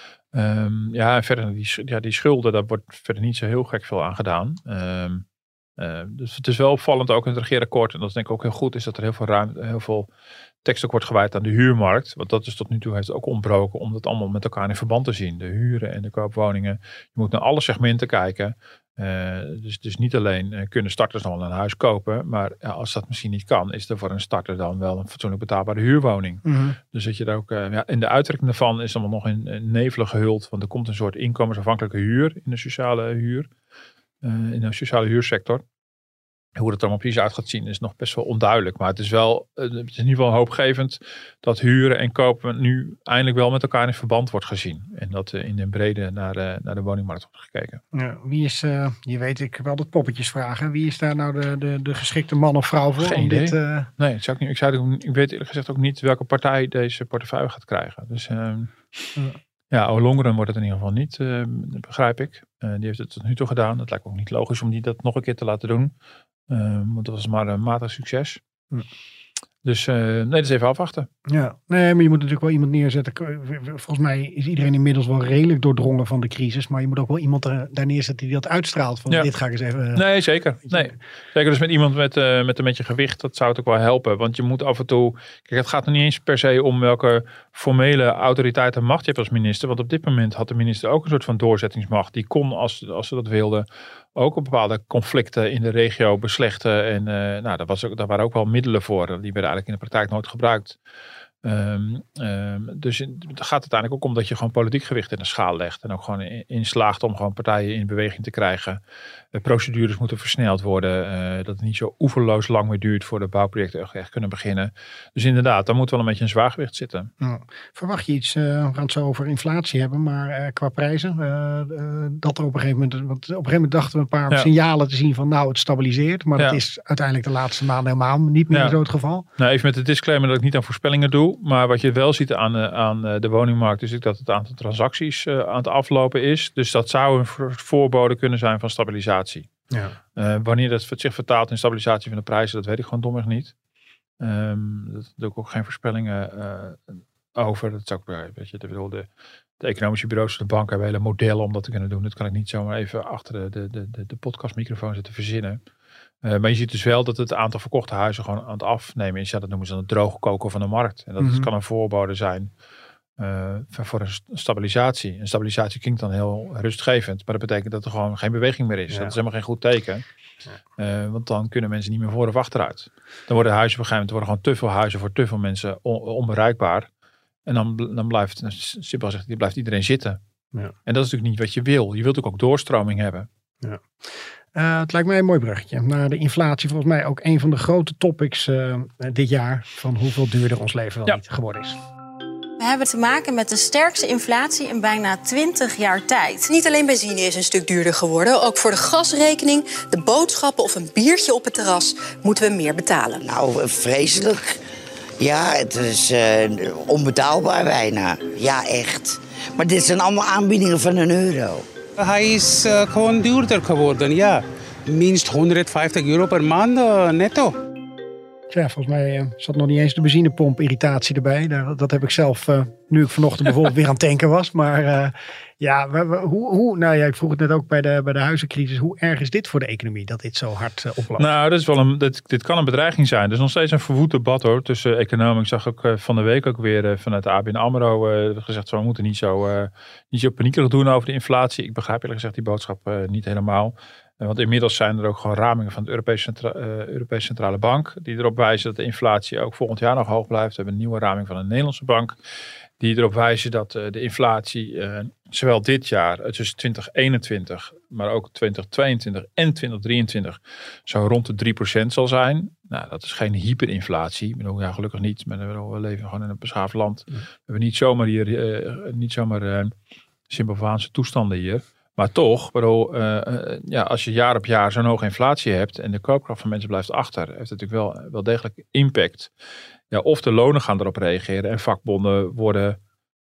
Um, ja, en verder die, ja, die schulden, daar wordt verder niet zo heel gek veel aan gedaan. Um, uh, dus het is wel opvallend, ook in het regeerakkoord, en dat is denk ik ook heel goed, is dat er heel veel ruimte, heel veel tekst ook wordt gewijd aan de huurmarkt. Want dat is tot nu toe heeft ook ontbroken om dat allemaal met elkaar in verband te zien. De huren en de koopwoningen. Je moet naar alle segmenten kijken. Uh, dus, dus niet alleen uh, kunnen starters dan wel een huis kopen, maar ja, als dat misschien niet kan, is er voor een starter dan wel een fatsoenlijk betaalbare huurwoning. Mm-hmm. Dus dat je daar ook, uh, ja, in de uitwerking daarvan is dan nog in, in nevelen gehuld, want er komt een soort inkomensafhankelijke huur in de sociale huur, uh, in de sociale huursector. Hoe dat er allemaal precies uit gaat zien is nog best wel onduidelijk. Maar het is wel, het is in ieder geval hoopgevend dat huren en kopen nu eindelijk wel met elkaar in verband wordt gezien. En dat in de brede naar, uh, naar de woningmarkt wordt gekeken. Ja, wie is, uh, je weet, ik wil altijd poppetjes vragen. Wie is daar nou de, de, de geschikte man of vrouw voor? Geen om idee. Dit, uh... Nee, dat zou ik, niet, ik, zou het, ik weet eerlijk gezegd ook niet welke partij deze portefeuille gaat krijgen. Dus uh, ja. Ja, Ollongren wordt het in ieder geval niet, uh, begrijp ik. Uh, die heeft het tot nu toe gedaan. Het lijkt me ook niet logisch om die dat nog een keer te laten doen. Uh, want dat was maar een matig succes. Hm. Dus uh, nee, dat is even afwachten. Ja, nee, maar je moet natuurlijk wel iemand neerzetten. Volgens mij is iedereen inmiddels wel redelijk doordrongen van de crisis. Maar je moet ook wel iemand er, daar neerzetten die dat uitstraalt. Van ja. Dit ga ik eens even... Nee, zeker. Nee. Zeker dus met iemand met, uh, met een beetje gewicht. Dat zou het ook wel helpen. Want je moet af en toe... Kijk, het gaat er niet eens per se om welke formele autoriteit en macht je hebt als minister. Want op dit moment had de minister ook een soort van doorzettingsmacht. Die kon, als, als ze dat wilden, ook op bepaalde conflicten in de regio beslechten. En uh, nou, daar, was ook, daar waren ook wel middelen voor. Die werden eigenlijk in de praktijk nooit gebruikt. Um, um, dus het gaat uiteindelijk ook om dat je gewoon politiek gewicht in de schaal legt. En ook gewoon in, in slaagt om gewoon partijen in beweging te krijgen. De procedures moeten versneld worden. Uh, dat het niet zo oeverloos lang meer duurt voor de bouwprojecten echt, echt kunnen beginnen. Dus inderdaad, daar moet wel een beetje een zwaargewicht zitten. Ja. Verwacht je iets, uh, we gaan het zo over inflatie hebben, maar uh, qua prijzen, uh, uh, dat er op een gegeven moment, want op een gegeven moment dachten we een paar ja. signalen te zien van nou het stabiliseert. Maar ja. dat is uiteindelijk de laatste maanden helemaal niet meer ja. zo het geval. Nou, even met de disclaimer dat ik niet aan voorspellingen doe. Maar wat je wel ziet aan de, aan de woningmarkt is dat het aantal transacties uh, aan het aflopen is. Dus dat zou een voorbode kunnen zijn van stabilisatie. Ja. Uh, wanneer dat zich vertaalt in stabilisatie van de prijzen, dat weet ik gewoon domweg niet. Um, dat doe ik ook geen voorspellingen uh, over. Dat is ook, weet je, de, de, de economische bureaus, de banken hebben hele modellen om dat te kunnen doen. Dat kan ik niet zomaar even achter de, de, de, de podcastmicrofoon zitten verzinnen. Uh, maar je ziet dus wel dat het aantal verkochte huizen gewoon aan het afnemen is. Ja, dat noemen ze dan het droogkoken van de markt. En dat mm-hmm. kan een voorbode zijn uh, voor een stabilisatie. En stabilisatie klinkt dan heel rustgevend. Maar dat betekent dat er gewoon geen beweging meer is. Ja. Dat is helemaal geen goed teken. Ja. Uh, want dan kunnen mensen niet meer voor of achteruit. Dan worden huizen op een gegeven moment worden gewoon te veel huizen voor te veel mensen on, onbereikbaar. En dan, dan blijft, simpel gezegd, blijft iedereen zitten. Ja. En dat is natuurlijk niet wat je wil. Je wilt ook doorstroming hebben. Ja. Uh, het lijkt mij een mooi bruggetje naar de inflatie. Volgens mij ook een van de grote topics uh, dit jaar. Van hoeveel duurder ons leven wel ja. niet geworden is. We hebben te maken met de sterkste inflatie in bijna twintig jaar tijd. Niet alleen benzine is een stuk duurder geworden. Ook voor de gasrekening, de boodschappen of een biertje op het terras moeten we meer betalen. Nou, vreselijk. Ja, het is uh, onbetaalbaar bijna. Ja, echt. Maar dit zijn allemaal aanbiedingen van een euro. Hij is uh, gewoon duurder geworden, ja. Minst honderdvijftig euro per maand uh, netto. Ja, volgens mij uh, zat nog niet eens de benzinepomp irritatie erbij. Daar, dat heb ik zelf, uh, nu ik vanochtend bijvoorbeeld weer aan het tanken was. Maar uh, ja, we, we, hoe, hoe, nou ja, ik vroeg het net ook bij de, bij de huizencrisis. Hoe erg is dit voor de economie, dat dit zo hard uh, oploopt? Nou, dat is wel een, dit, dit kan een bedreiging zijn. Er is nog steeds een verwoed debat hoor, tussen economen. Ik zag ook uh, van de week ook weer uh, vanuit de A B N AMRO uh, gezegd, we moeten niet zo, uh, niet zo paniekerig doen over de inflatie. Ik begrijp eerlijk gezegd die boodschap uh, niet helemaal. Want inmiddels zijn er ook gewoon ramingen van de Europese, Centra- uh, Europese Centrale Bank. Die erop wijzen dat de inflatie ook volgend jaar nog hoog blijft. We hebben een nieuwe raming van de Nederlandse Bank. Die erop wijzen dat uh, de inflatie uh, zowel dit jaar, uh, tussen twintig eenentwintig, maar ook twintig tweeëntwintig en twintig drieëntwintig, zo rond de drie procent zal zijn. Nou, dat is geen hyperinflatie. Ik bedoel, ja, gelukkig niet. Maar we leven gewoon in een beschaafd land. Mm. We hebben niet zomaar hier, uh, niet zomaar uh, Zimbabwaanse toestanden hier. Maar toch, bedoel, uh, uh, ja, als je jaar op jaar zo'n hoge inflatie hebt en de koopkracht van mensen blijft achter, heeft het natuurlijk wel, wel degelijk impact. Ja, of de lonen gaan erop reageren en vakbonden worden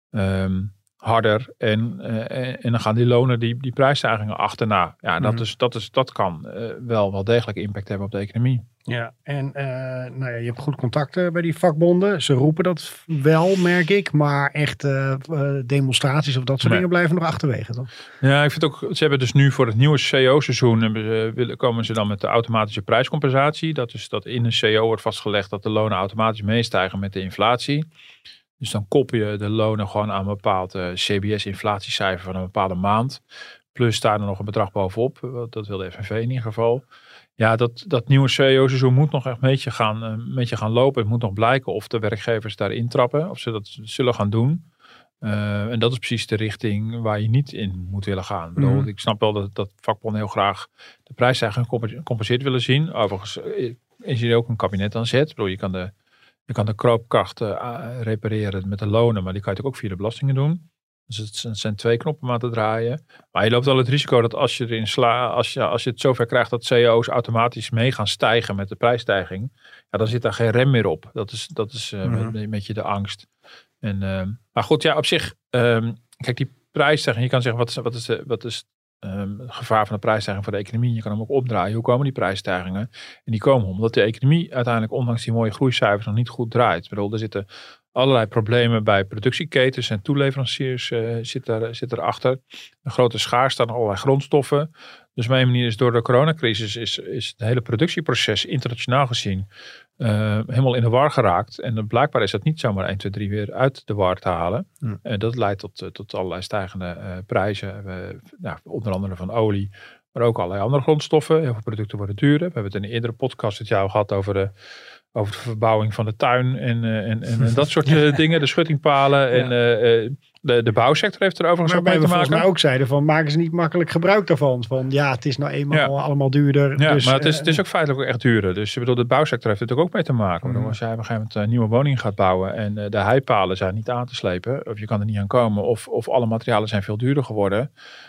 um, harder en, uh, en, en dan gaan die lonen die, die prijsstijgingen achterna. Ja, dat, mm. is, dat, is, dat kan uh, wel, wel degelijk impact hebben op de economie. Ja, en uh, nou ja, je hebt goed contact bij die vakbonden. Ze roepen dat wel, merk ik. Maar echt uh, demonstraties of dat soort nee. dingen blijven nog achterwege, toch? Ja, ik vind ook, ze hebben dus nu voor het nieuwe C E O-seizoen uh, komen ze dan met de automatische prijscompensatie. Dat is dat in een C E O wordt vastgelegd dat de lonen automatisch meestijgen met de inflatie. Dus dan koppel je de lonen gewoon aan een bepaald uh, C B S-inflatiecijfer van een bepaalde maand. Plus daar dan nog een bedrag bovenop. Dat wil de F N V in ieder geval. Ja, dat, dat nieuwe C E O-seizoen moet nog echt met je, gaan, uh, met je gaan lopen. Het moet nog blijken of de werkgevers daarin trappen. Of ze dat zullen gaan doen. Uh, en dat is precies de richting waar je niet in moet willen gaan. Mm-hmm. Ik, bedoel, ik snap wel dat, dat vakbonden heel graag de prijsstijging gecompenseerd willen zien. Overigens is hier ook een kabinet aan zet. Ik bedoel, je kan de, je kan de koopkracht uh, repareren met de lonen. Maar die kan je ook via de belastingen doen. Dus het zijn twee knoppen om aan te draaien. Maar je loopt wel het risico dat als je erin sla, als je, als je het zover krijgt dat C E O's automatisch mee gaan stijgen met de prijsstijging. Ja, dan zit daar geen rem meer op. Dat is, dat is uh, mm-hmm. met, met je de angst. En, uh, maar goed, ja, op zich, um, kijk, die prijsstijging, je kan zeggen, wat is, wat is, de, wat is um, het gevaar van de prijsstijging voor de economie? Je kan hem ook opdraaien. Hoe komen die prijsstijgingen? En die komen omdat de economie uiteindelijk, ondanks die mooie groeicijfers, nog niet goed draait. Ik bedoel, er zitten allerlei problemen bij productieketens en toeleveranciers uh, zit, daar, zit erachter. Een grote schaarste aan allerlei grondstoffen. Dus mijn manier is door de coronacrisis is, is het hele productieproces internationaal gezien uh, helemaal in de war geraakt. En blijkbaar is dat niet zomaar één, twee, drie weer uit de war te halen. En uh, dat leidt tot, uh, tot allerlei stijgende uh, prijzen. Uh, nou, onder andere van olie, maar ook allerlei andere grondstoffen. Heel veel producten worden duurder. We hebben het in een eerdere podcast het jou gehad over de Over de verbouwing van de tuin en, uh, en, en, en dat soort uh, dingen. De schuttingpalen. Ja. En uh, de, de bouwsector heeft er overigens ook mee te maken. Volgens mij ook zeiden van maken ze niet makkelijk gebruik daarvan. Van ja, het is nou eenmaal ja. allemaal duurder. Ja, dus, maar het is, uh, het is ook feitelijk ook echt duurder. Dus ik bedoel, de bouwsector heeft er natuurlijk ook mee te maken. Mm. Als jij op een gegeven moment een nieuwe woning gaat bouwen en uh, de heipalen zijn niet aan te slepen. Of je kan er niet aan komen. Of, of alle materialen zijn veel duurder geworden.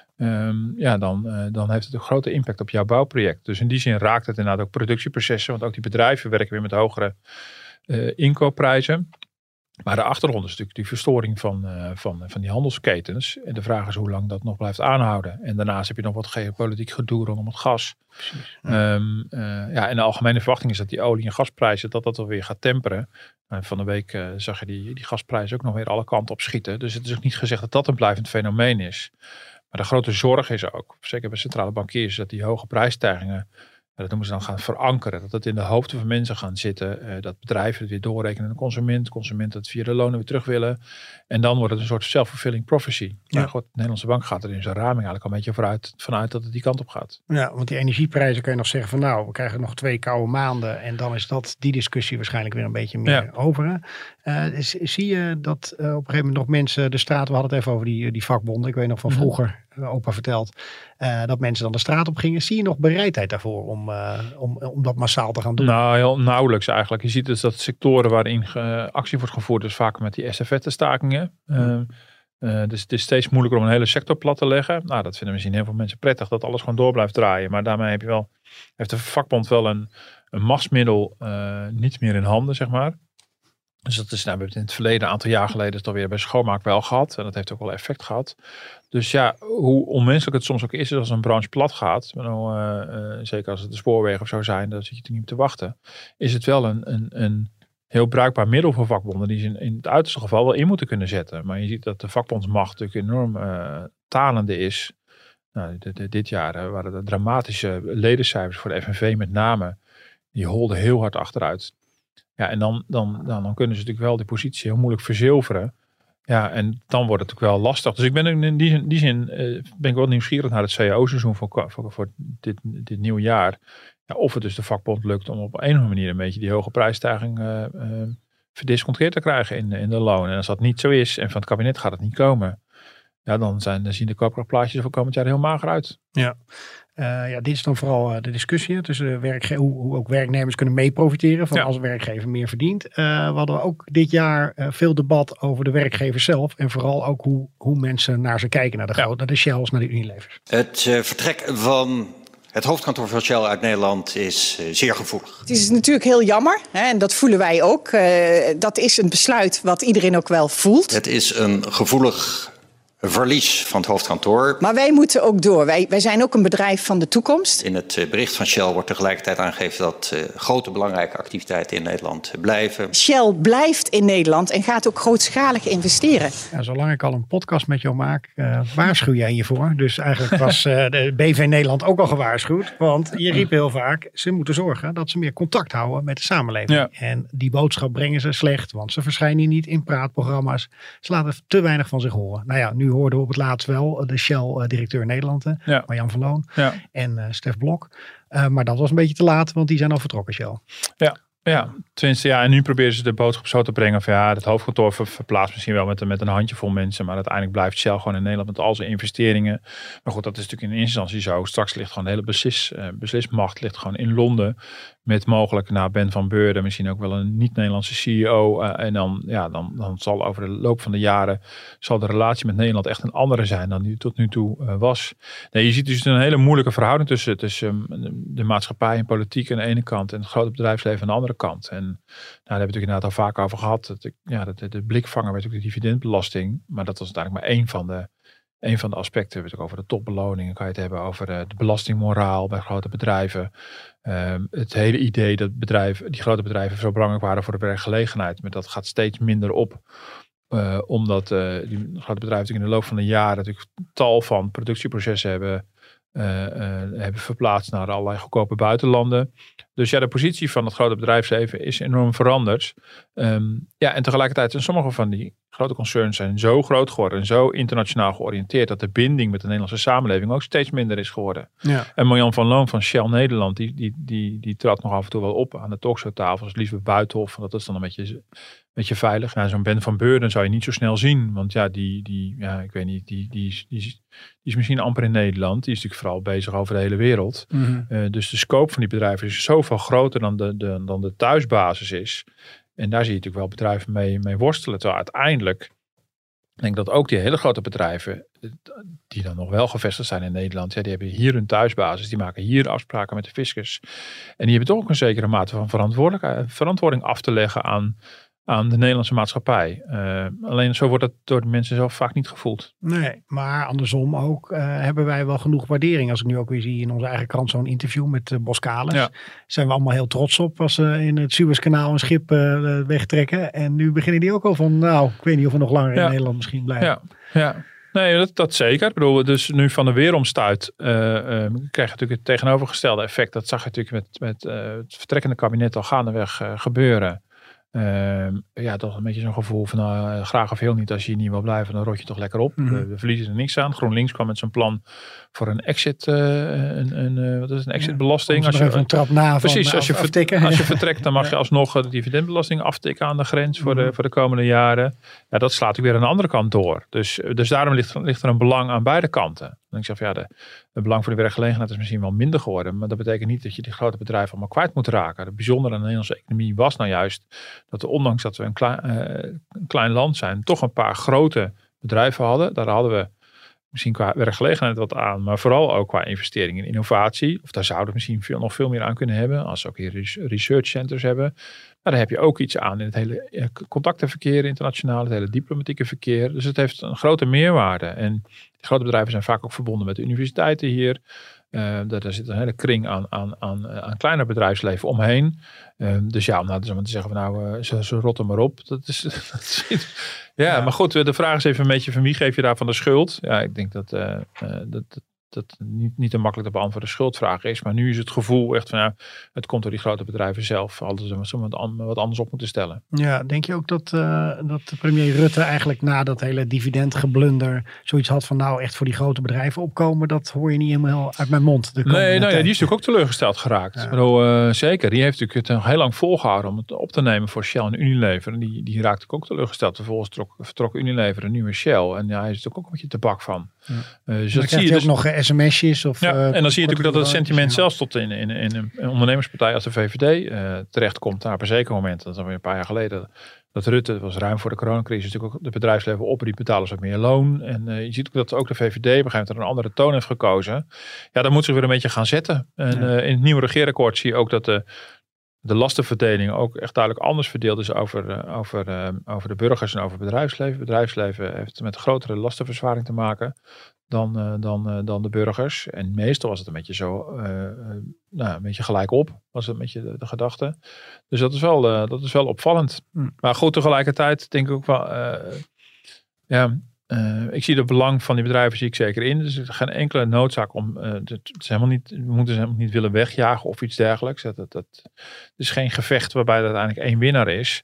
Um, ja, dan, uh, dan heeft het een grote impact op jouw bouwproject. Dus in die zin raakt het inderdaad ook productieprocessen. Want ook die bedrijven werken weer met hogere uh, inkoopprijzen. Maar de achtergrond is natuurlijk die verstoring van, uh, van, van die handelsketens. En de vraag is hoe lang dat nog blijft aanhouden. En daarnaast heb je nog wat geopolitiek gedoe rondom het gas. Precies, ja. Um, uh, ja, en de algemene verwachting is dat die olie- en gasprijzen dat dat alweer gaat temperen. Uh, van de week uh, zag je die, die gasprijzen ook nog weer alle kanten op schieten. Dus het is ook niet gezegd dat dat een blijvend fenomeen is. Maar de grote zorg is ook, zeker bij centrale bankiers, dat die hoge prijsstijgingen, dat noemen ze dan gaan verankeren. Dat het in de hoofden van mensen gaan zitten. Uh, dat bedrijven het weer doorrekenen aan de consument. Consumenten het via de lonen weer terug willen. En dan wordt het een soort self-fulfilling prophecy. Ja. Maar goed, de Nederlandse bank gaat er in zijn raming eigenlijk al een beetje vooruit, vanuit dat het die kant op gaat. Ja, want die energieprijzen kun je nog zeggen van nou, we krijgen nog twee koude maanden. En dan is dat die discussie waarschijnlijk weer een beetje meer ja. over. Uh, zie je dat uh, op een gegeven moment nog mensen de straat, we hadden het even over die, die vakbonden. Ik weet nog van vroeger, uh, opa verteld, uh, dat mensen dan de straat op gingen. Zie je nog bereidheid daarvoor om, uh, om, om dat massaal te gaan doen? Nou, heel nauwelijks eigenlijk. Je ziet dus dat sectoren waarin uh, actie wordt gevoerd, dus vaak met die estafettestakingen. Uh, uh, dus het is steeds moeilijker om een hele sector plat te leggen. Nou, dat vinden misschien heel veel mensen prettig, dat alles gewoon door blijft draaien. Maar daarmee heb je wel, heeft de vakbond wel een, een machtsmiddel uh, niet meer in handen, zeg maar. Dus dat is, nou, we hebben het in het verleden, een aantal jaar geleden, is het alweer bij schoonmaak wel gehad. En dat heeft ook wel effect gehad. Dus ja, hoe onmenselijk het soms ook is als een branche plat gaat. Nou, uh, uh, zeker als het de spoorwegen of zo zijn, dan zit je er niet op te wachten. Is het wel een, een, een heel bruikbaar middel voor vakbonden die ze in, in het uiterste geval wel in moeten kunnen zetten. Maar je ziet dat de vakbondsmacht natuurlijk enorm uh, talende is. Nou, de, de, dit jaar uh, waren de dramatische ledencijfers voor de F N V met name. Die holden heel hard achteruit. Ja, en dan, dan, dan, dan kunnen ze natuurlijk wel die positie heel moeilijk verzilveren. Ja, en dan wordt het natuurlijk wel lastig. Dus ik ben in die zin, die zin uh, ben ik wel nieuwsgierig naar het C E O-seizoen voor, voor, voor dit, dit nieuwe jaar. Ja, of het dus de vakbond lukt om op een of andere manier een beetje die hoge prijsstijging uh, uh, verdisconteerd te krijgen in, in de loon. En als dat niet zo is en van het kabinet gaat het niet komen. ja, dan, zijn, dan zien de koopkrachtplaatjes er voor komend jaar heel mager uit. Ja. Uh, ja, dit is dan vooral uh, de discussie tussen werkge- hoe, hoe ook werknemers kunnen mee profiteren van ja. als een werkgever meer verdient. Uh, we hadden ook dit jaar uh, veel debat over de werkgevers zelf en vooral ook hoe, hoe mensen naar ze kijken, naar de, ja. naar de Shells, naar de Unilevers. Het uh, vertrek van het hoofdkantoor van Shell uit Nederland is uh, zeer gevoelig. Het is natuurlijk heel jammer hè, en dat voelen wij ook. Uh, dat is een besluit wat iedereen ook wel voelt. Het is een gevoelig verlies van het hoofdkantoor. Maar wij moeten ook door. Wij, wij zijn ook een bedrijf van de toekomst. In het bericht van Shell wordt tegelijkertijd aangegeven dat uh, grote belangrijke activiteiten in Nederland blijven. Shell blijft in Nederland en gaat ook grootschalig investeren. Ja, zolang ik al een podcast met jou maak, uh, waarschuw jij je voor. Dus eigenlijk was uh, de B V Nederland ook al gewaarschuwd. Want je riep heel vaak, ze moeten zorgen dat ze meer contact houden met de samenleving. Ja. En die boodschap brengen ze slecht, want ze verschijnen niet in praatprogramma's. Ze laten te weinig van zich horen. Nou ja, nu hoorden we op het laatst wel de Shell-directeur Nederland, ja. Marjan van Loon ja. en uh, Stef Blok. Uh, maar dat was een beetje te laat, want die zijn al vertrokken, Shell. Ja, ja. Tenminste, ja, en nu proberen ze de boodschap zo te brengen van ja, het hoofdkantoor ver, verplaatst misschien wel met, met een handjevol mensen, maar uiteindelijk blijft Shell gewoon in Nederland met al zijn investeringen. Maar goed, dat is natuurlijk in eerste instantie zo. Straks ligt gewoon de hele beslis, uh, beslismacht ligt gewoon in Londen. Met mogelijk nou, Ben van Beurden, misschien ook wel een niet-Nederlandse C E O. Uh, en dan, ja, dan, dan zal over de loop van de jaren zal de relatie met Nederland echt een andere zijn dan die tot nu toe uh, was. Nee, je ziet dus een hele moeilijke verhouding tussen, tussen um, de maatschappij en politiek aan de ene kant en het grote bedrijfsleven aan de andere kant. En nou, daar hebben we het inderdaad al vaak over gehad. Dat, ja, de, de blikvanger werd ook de dividendbelasting. Maar dat was uiteindelijk maar één van de Een van de aspecten, we het ook over de topbeloningen, kan je het hebben over de, de belastingmoraal bij grote bedrijven. Um, het hele idee dat bedrijven, die grote bedrijven zo belangrijk waren voor de werkgelegenheid, maar dat gaat steeds minder op. Uh, omdat uh, die grote bedrijven in de loop van de jaren natuurlijk tal van productieprocessen hebben, uh, uh, hebben verplaatst naar allerlei goedkope buitenlanden. Dus ja, de positie van het grote bedrijfsleven is enorm veranderd. Um, ja, en tegelijkertijd zijn sommige van die grote concerns zijn zo groot geworden en zo internationaal georiënteerd dat de binding met de Nederlandse samenleving ook steeds minder is geworden. Ja. En Marjan van Loon van Shell Nederland, die, die, die, die trad nog af en toe wel op aan de talkshowtafels, Liesbeth Buitenhof, dat is dan een beetje, een beetje veilig. Ja, zo'n Ben van Beurden zou je niet zo snel zien, want ja, die, die ja, ik weet niet, die, die, die, die, die is misschien amper in Nederland. Die is natuurlijk vooral bezig over de hele wereld. Mm-hmm. Uh, dus de scope van die bedrijven is zoveel groter dan de, de, dan de thuisbasis is. En daar zie je natuurlijk wel bedrijven mee, mee worstelen. Terwijl uiteindelijk, ik denk dat ook die hele grote bedrijven, die dan nog wel gevestigd zijn in Nederland, ja, die hebben hier hun thuisbasis. Die maken hier afspraken met de fiscus. En die hebben toch ook een zekere mate van verantwoordelijkheid, verantwoording af te leggen aan, aan de Nederlandse maatschappij. Uh, alleen zo wordt dat door de mensen zelf vaak niet gevoeld. Nee, maar andersom ook uh, hebben wij wel genoeg waardering. Als ik nu ook weer zie in onze eigen krant zo'n interview met uh, Boskalis. Ja. Zijn we allemaal heel trots op als ze uh, in het Suezkanaal een schip uh, wegtrekken. En nu beginnen die ook al van, nou, ik weet niet of we nog langer ja. in Nederland misschien blijven. Ja, ja. Nee, dat, dat zeker. Ik bedoel, dus nu van de weeromstuit uh, uh, krijg je natuurlijk het tegenovergestelde effect. Dat zag je natuurlijk met, met uh, het vertrekkende kabinet al gaandeweg uh, gebeuren. Uh, ja, toch een beetje zo'n gevoel van uh, graag of heel niet. Als je hier niet wil blijven, dan rot je toch lekker op. Mm-hmm. We, we verliezen er niks aan. GroenLinks kwam met zijn plan voor een exit, uh, een, een, uh, wat is het, een exitbelasting. Ja, als je een trap na precies, van als, je af, aftikken. als je vertrekt, dan mag je alsnog de dividendbelasting aftikken aan de grens voor, mm-hmm. de, voor de komende jaren. Ja, dat slaat ook weer aan de andere kant door. Dus, dus daarom ligt, ligt er een belang aan beide kanten. En ik zeg van ja, de, het belang voor de werkgelegenheid is misschien wel minder geworden. Maar dat betekent niet dat je die grote bedrijven allemaal kwijt moet raken. Het bijzondere aan de Nederlandse economie was nou juist dat we, ondanks dat we een klein, uh, een klein land zijn, toch een paar grote bedrijven hadden. Daar hadden we misschien qua werkgelegenheid wat aan, maar vooral ook qua investering in innovatie. Of daar zouden we misschien veel, nog veel meer aan kunnen hebben. Als we ook hier research centers hebben. Maar daar heb je ook iets aan in het hele contactenverkeer internationaal, het hele diplomatieke verkeer. Dus het heeft een grote meerwaarde. En die grote bedrijven zijn vaak ook verbonden met de universiteiten hier. Uh, daar zit een hele kring aan, aan, aan, aan kleiner bedrijfsleven omheen. Uh, dus ja, om nou te zeggen van nou, uh, ze, ze rotten maar op. Dat is, dat is, ja, ja, maar goed, de vraag is even een beetje van wie geef je daarvan de schuld? Ja, ik denk dat, uh, uh, dat, dat niet, niet een makkelijk te beantwoorden schuldvraag is. Maar nu is het gevoel echt van, ja, het komt door die grote bedrijven zelf. Hadden ze wat, wat anders op moeten stellen. Ja, denk je ook dat, uh, dat premier Rutte eigenlijk na dat hele dividendgeblunder zoiets had van, nou echt voor die grote bedrijven opkomen, dat hoor je niet helemaal uit mijn mond. Nee, nou ja, die is natuurlijk ook teleurgesteld geraakt. Ja. Bedoel, uh, zeker, die heeft natuurlijk het heel lang volgehouden om het op te nemen voor Shell en Unilever. En die, die raakte ook teleurgesteld. Vervolgens trok, vertrok Unilever en nu weer Shell. En ja, hij is natuurlijk ook een beetje te bak van. Ja. Uh, dus dan dat zie je dus ook nog sms'jes. Of, ja, uh, en dan zie je natuurlijk dat het sentiment zelfs tot in, in, in een ondernemerspartij als de V V D uh, terechtkomt. Daar op een zeker moment, dat is alweer een paar jaar geleden, dat Rutte, dat was ruim voor de coronacrisis, natuurlijk ook de bedrijfsleven op, die betalen ze wat meer loon. En uh, je ziet ook dat ook de V V D op een gegeven moment er een andere toon heeft gekozen. Ja, dan moet ze weer een beetje gaan zetten. En ja. uh, in het nieuwe regeerakkoord zie je ook dat de de lastenverdeling ook echt duidelijk anders verdeeld is over, uh, over, uh, over de burgers en over het bedrijfsleven. Het bedrijfsleven heeft met een grotere lastenverzwaring te maken dan, uh, dan, uh, dan de burgers. En meestal was het een beetje zo, uh, uh, nou, een beetje gelijk op, was het een beetje de, de gedachte. Dus dat is wel, uh, dat is wel opvallend. Hmm. Maar goed, tegelijkertijd denk ik ook wel, uh, ja... Uh, ik zie het belang van die bedrijven zie ik zeker in. Dus er is geen enkele noodzaak om. Uh, het is helemaal niet, we moeten ze helemaal niet willen wegjagen of iets dergelijks. Dat, dat, dat, het is geen gevecht waarbij er uiteindelijk één winnaar is.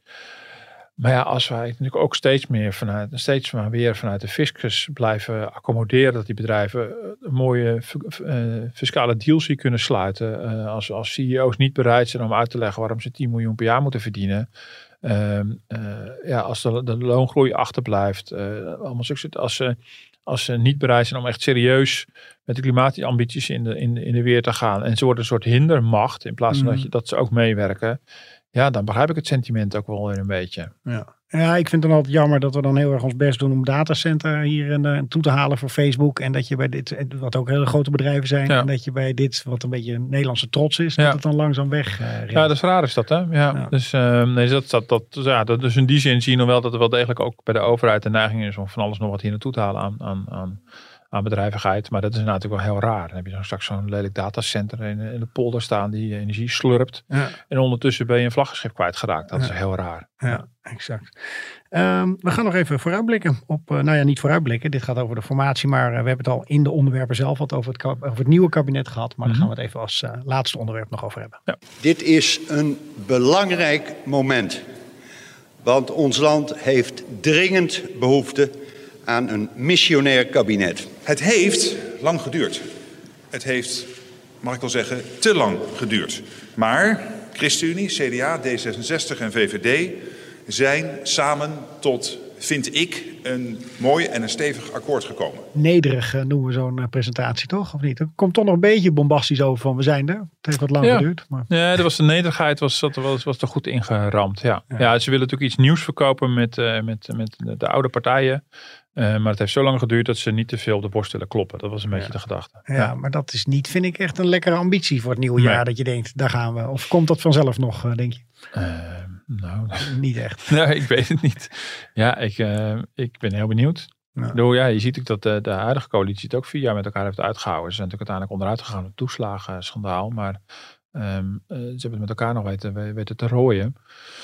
Maar ja, als wij natuurlijk ook steeds meer vanuit, steeds maar weer vanuit de fiscus blijven accommoderen dat die bedrijven een mooie uh, fiscale deals hier kunnen sluiten. Uh, als, als C E O's niet bereid zijn om uit te leggen waarom ze tien miljoen per jaar moeten verdienen. Uh, uh, ja, als de, de loongroei achterblijft, uh, allemaal succes, als ze, als ze niet bereid zijn om echt serieus met de klimaatambities in de, in, in de weer te gaan en ze worden een soort hindermacht in plaats van mm. dat, je, dat ze ook meewerken, ja, dan begrijp ik het sentiment ook wel weer een beetje. Ja. Ja, ik vind het dan altijd jammer dat we dan heel erg ons best doen om datacenter hier in, uh, toe te halen voor Facebook. En dat je bij dit, wat ook hele grote bedrijven zijn, ja. en dat je bij dit, wat een beetje een Nederlandse trots is, ja. dat het dan langzaam weg uh, Ja, dat is raar is dat, hè? Ja, ja. Dus, uh, nee, dat, dat, dat, ja, dat, dus in die zin zie je nog wel dat er wel degelijk ook bij de overheid de neiging is om van alles nog wat hier naartoe te halen aan, aan, aan, aan bedrijvigheid. Maar dat is natuurlijk wel heel raar. Dan heb je dan straks zo'n lelijk datacenter in, in de polder staan die energie slurpt. Ja. En ondertussen ben je een vlaggenschip kwijtgeraakt. Dat ja. is heel raar. Ja, exact. Um, we gaan nog even vooruitblikken op, uh, nou ja, niet vooruitblikken. Dit gaat over de formatie, maar uh, we hebben het al in de onderwerpen zelf wat over het, over het nieuwe kabinet gehad. Maar mm-hmm. daar gaan we het even als uh, laatste onderwerp nog over hebben. Ja. Dit is een belangrijk moment. Want ons land heeft dringend behoefte aan een missionair kabinet. Het heeft lang geduurd. Het heeft, mag ik wel zeggen, te lang geduurd. Maar ChristenUnie, C D A, D zesenzestig en V V D zijn samen tot, vind ik, een mooi en een stevig akkoord gekomen. Nederig uh, noemen we zo'n uh, presentatie, toch? Of niet? Er komt toch nog een beetje bombastisch over van we zijn er. Het heeft wat lang ja. geduurd. Maar... Ja, er was de nederigheid was, was, was er goed ingeramd. Ja. Ja. ja, ze willen natuurlijk iets nieuws verkopen met, uh, met, met de, de oude partijen. Uh, maar het heeft zo lang geduurd dat ze niet te veel op de borst willen kloppen. Dat was een beetje ja. de gedachte. Ja, ja, maar dat is niet, vind ik, echt een lekkere ambitie voor het nieuwe nee. jaar. Dat je denkt, daar gaan we. Of komt dat vanzelf nog, uh, denk je? Uh, nou, niet echt. Nee, ik weet het niet. Ja, ik, uh, ik ben heel benieuwd. Ja. Door, ja, je ziet ook dat de, de huidige coalitie het ook vier jaar met elkaar heeft uitgehouden. Ze zijn natuurlijk uiteindelijk onderuit gegaan op het toeslagenschandaal. Maar um, uh, ze hebben het met elkaar nog weten, weten te rooien.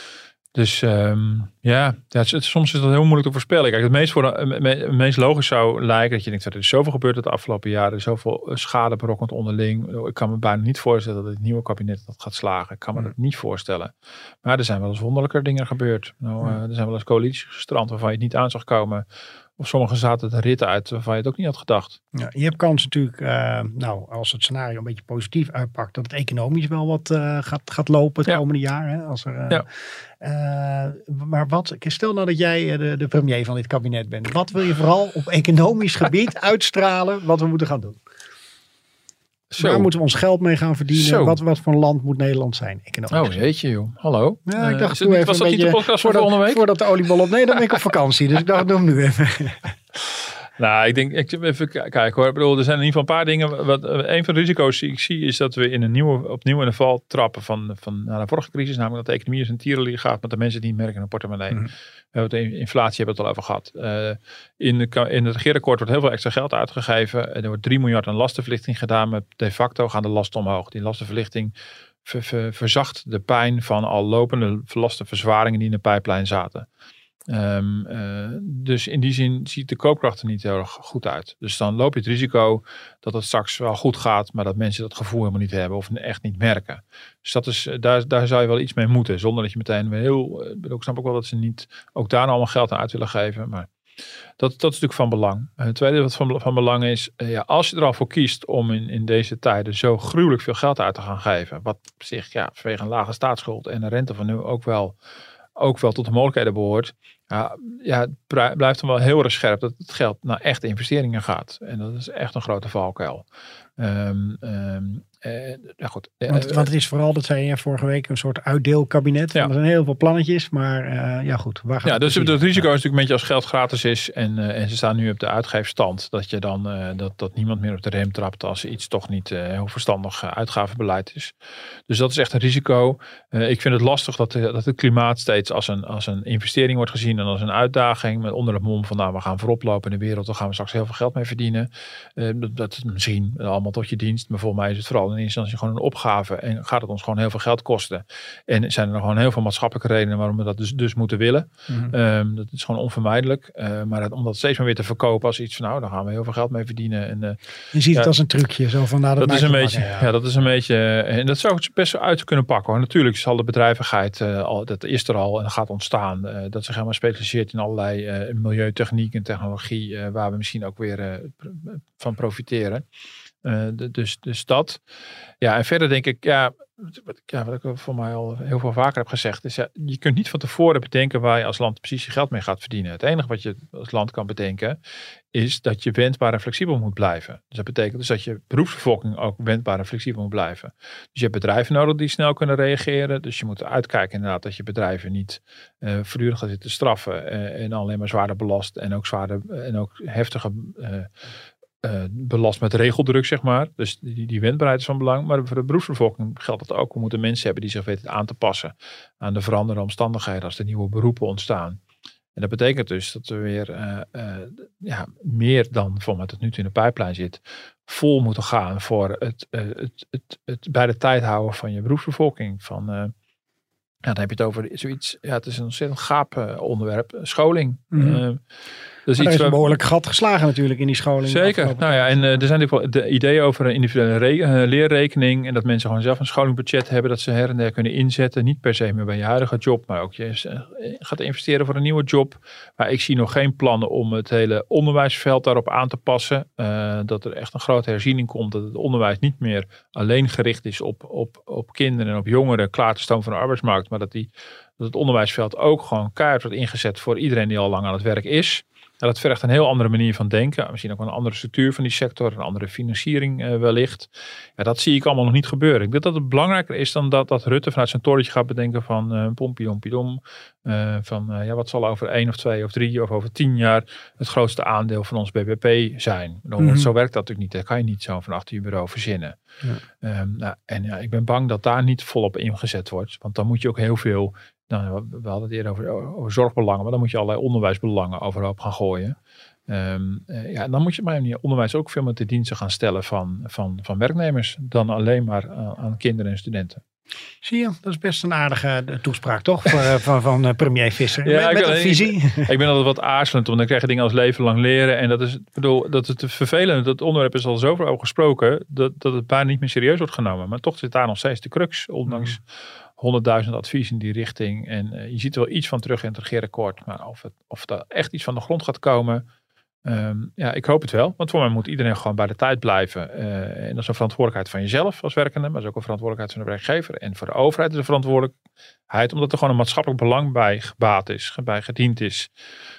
Dus um, ja, ja het, het, soms is dat heel moeilijk te voorspellen. Kijk, het meest, voor de, me, het meest logisch zou lijken dat je denkt, er is zoveel gebeurd de afgelopen jaren. Er is zoveel schade berokkend onderling. Ik kan me bijna niet voorstellen dat het nieuwe kabinet dat gaat slagen. Ik kan me ja. dat niet voorstellen. Maar er zijn wel eens wonderlijke dingen gebeurd. Nou, ja. uh, er zijn wel eens coalities gestrand waarvan je het niet aan zag komen. Of sommigen zaten de rit uit waarvan je het ook niet had gedacht. Ja, je hebt kans natuurlijk, uh, nou, als het scenario een beetje positief uitpakt, dat het economisch wel wat uh, gaat, gaat lopen het ja. komende jaar. Hè, als er, uh, ja. uh, maar wat, stel nou dat jij de, de premier van dit kabinet bent. Wat wil je vooral op economisch gebied uitstralen wat we moeten gaan doen? Zo. Waar moeten we ons geld mee gaan verdienen? Wat, wat voor land moet Nederland zijn? Economisch. Oh jeetje joh, hallo. Ja, ik dacht uh, toen even was dat een niet de podcast van volgende week? Voordat de oliebol op... Nee, dan ben ik op vakantie. Dus ik dacht, doe hem nu even. Nou, ik denk, ik even kijken hoor. Ik bedoel, er zijn in ieder geval een paar dingen. Wat, een van de risico's die ik zie is dat we in een nieuwe, opnieuw in de val trappen van, van nou, de vorige crisis. Namelijk dat de economie als een tierenlier gaat met de mensen die niet merken in hun portemonnee. Mm-hmm. We hebben het de inflatie hebben we het al over gehad. Uh, in, de, in het regeerakkoord wordt heel veel extra geld uitgegeven. Er wordt drie miljard aan lastenverlichting gedaan. Met de facto gaan de lasten omhoog. Die lastenverlichting ver, ver, verzacht de pijn van al lopende lastenverzwaringen die in de pijplijn zaten. Um, uh, dus in die zin ziet de koopkracht er niet heel erg goed uit. Dus dan loop je het risico dat het straks wel goed gaat, maar dat mensen dat gevoel helemaal niet hebben of echt niet merken. Dus dat is, daar, daar zou je wel iets mee moeten, zonder dat je meteen weer heel... Ik snap ook wel dat ze niet ook daar allemaal geld aan uit willen geven, maar dat, dat is natuurlijk van belang. Het tweede wat van, van belang is, uh, ja, als je er al voor kiest om in, in deze tijden zo gruwelijk veel geld uit te gaan geven, wat op zich ja, vanwege een lage staatsschuld en een rente van nu ook wel, ook wel tot de mogelijkheden behoort, ja, ja, het blijft dan wel heel erg scherp dat het geld naar echte investeringen gaat. En dat is echt een grote valkuil. Um, um, uh, ja, goed. Want, uh, want het is vooral, dat zei je vorige week, een soort uitdeelkabinet. Ja. Er zijn heel veel plannetjes, maar uh, ja goed. Waar gaat ja, dus het, het risico ja. is natuurlijk een beetje als geld gratis is en, uh, en ze staan nu op de uitgeefstand, dat je dan uh, dat, dat niemand meer op de rem trapt als iets toch niet uh, heel verstandig uh, uitgavenbeleid is. Dus dat is echt een risico. Uh, ik vind het lastig dat, de, dat het klimaat steeds als een, als een investering wordt gezien en als een uitdaging, met onder het mom van nou, we gaan voorop lopen in de wereld, daar gaan we straks heel veel geld mee verdienen. Uh, dat, dat is misschien allemaal tot je dienst, maar volgens mij is het vooral in eerste instantie gewoon een opgave en gaat het ons gewoon heel veel geld kosten. En zijn er gewoon heel veel maatschappelijke redenen waarom we dat dus, dus moeten willen. Mm-hmm. Um, dat is gewoon onvermijdelijk. Uh, maar het, om dat steeds maar weer te verkopen als iets van nou, daar gaan we heel veel geld mee verdienen. En, uh, je ziet ja, het als een trucje. Zo van, nou, dat dat is een beetje, pakken, ja. ja, dat is een beetje, en dat zou het best wel uit kunnen pakken hoor. Natuurlijk zal de bedrijvigheid, uh, al, dat is er al en gaat ontstaan. Uh, dat zich helemaal specialiseert in allerlei uh, milieutechniek en technologie, uh, waar we misschien ook weer uh, van profiteren. Uh, dus, dus dat. Ja, en verder denk ik, ja, ja, wat ik voor mij al heel veel vaker heb gezegd, is ja, je kunt niet van tevoren bedenken waar je als land precies je geld mee gaat verdienen. Het enige wat je als land kan bedenken, is dat je wendbaar en flexibel moet blijven. Dus dat betekent dus dat je beroepsbevolking ook wendbaar en flexibel moet blijven. Dus je hebt bedrijven nodig die snel kunnen reageren. Dus je moet uitkijken inderdaad dat je bedrijven niet uh, voortdurend gaat zitten straffen uh, en alleen maar zwaarder belast en ook zwaarder en ook heftige uh, Uh, belast met regeldruk, zeg maar. Dus die, die wendbaarheid is van belang. Maar voor de beroepsbevolking geldt dat ook. We moeten mensen hebben die zich weten aan te passen aan de veranderende omstandigheden als er nieuwe beroepen ontstaan. En dat betekent dus dat we weer uh, uh, ja, meer dan voor wat het nu in de pijplijn zit, vol moeten gaan voor het, uh, het, het, het bij de tijd houden van je beroepsbevolking. Van, uh, ja, dan heb je het over zoiets. Ja, het is een ontzettend gaap uh, onderwerp. Scholing. Mm-hmm. Uh, Dus er is een behoorlijk gat geslagen natuurlijk in die scholing. Zeker. Nou ja, en uh, er zijn natuurlijk wel de ideeën over een individuele re- uh, leerrekening. En dat mensen gewoon zelf een scholingbudget hebben. Dat ze her en der kunnen inzetten. Niet per se meer bij je huidige job. Maar ook je uh, gaat investeren voor een nieuwe job. Maar ik zie nog geen plannen om het hele onderwijsveld daarop aan te passen. Uh, dat er echt een grote herziening komt. Dat het onderwijs niet meer alleen gericht is op, op, op kinderen en op jongeren klaar te stomen voor de arbeidsmarkt. Maar dat, die, dat het onderwijsveld ook gewoon keihard wordt ingezet voor iedereen die al lang aan het werk is. Ja, dat vergt een heel andere manier van denken. Misschien ook een andere structuur van die sector. Een andere financiering uh, wellicht. Ja, dat zie ik allemaal nog niet gebeuren. Ik denk dat het belangrijker is dan dat, dat Rutte vanuit zijn torentje gaat bedenken van uh, pompidompidom. Uh, van uh, ja, wat zal over één of twee of drie of over tien jaar het grootste aandeel van ons B B P zijn. Nou, mm-hmm. Zo werkt dat natuurlijk niet. Dat kan je niet zo van achter je bureau verzinnen. Ja. Um, nou, en ja, ik ben bang dat daar niet volop ingezet wordt. Want dan moet je ook heel veel... Nou, we hadden het eerder over, over zorgbelangen, maar dan moet je allerlei onderwijsbelangen overhoop gaan gooien. Um, uh, ja, dan moet je bij je onderwijs ook veel meer te diensten gaan stellen van, van, van werknemers dan alleen maar uh, aan kinderen en studenten. Zie je, dat is best een aardige toespraak toch voor, van, van uh, premier Visser. Ja, met met ben, een visie. Ik, ik ben altijd wat aarzelend, want dan krijg je dingen als leven lang leren. En dat is, ik bedoel, dat is te vervelend. Dat onderwerp is al zoveel over gesproken, dat, dat het bijna niet meer serieus wordt genomen. Maar toch zit daar nog steeds de crux, ondanks... Mm. honderdduizend adviezen in die richting. En uh, je ziet er wel iets van terug in het regeerakkoord. Maar of, het, of er echt iets van de grond gaat komen. Um, ja, ik hoop het wel. Want voor mij moet iedereen gewoon bij de tijd blijven. Uh, en dat is een verantwoordelijkheid van jezelf als werkende. Maar dat is ook een verantwoordelijkheid van de werkgever. En voor de overheid is een verantwoordelijkheid. Omdat er gewoon een maatschappelijk belang bij gebaat is. Bij gediend is.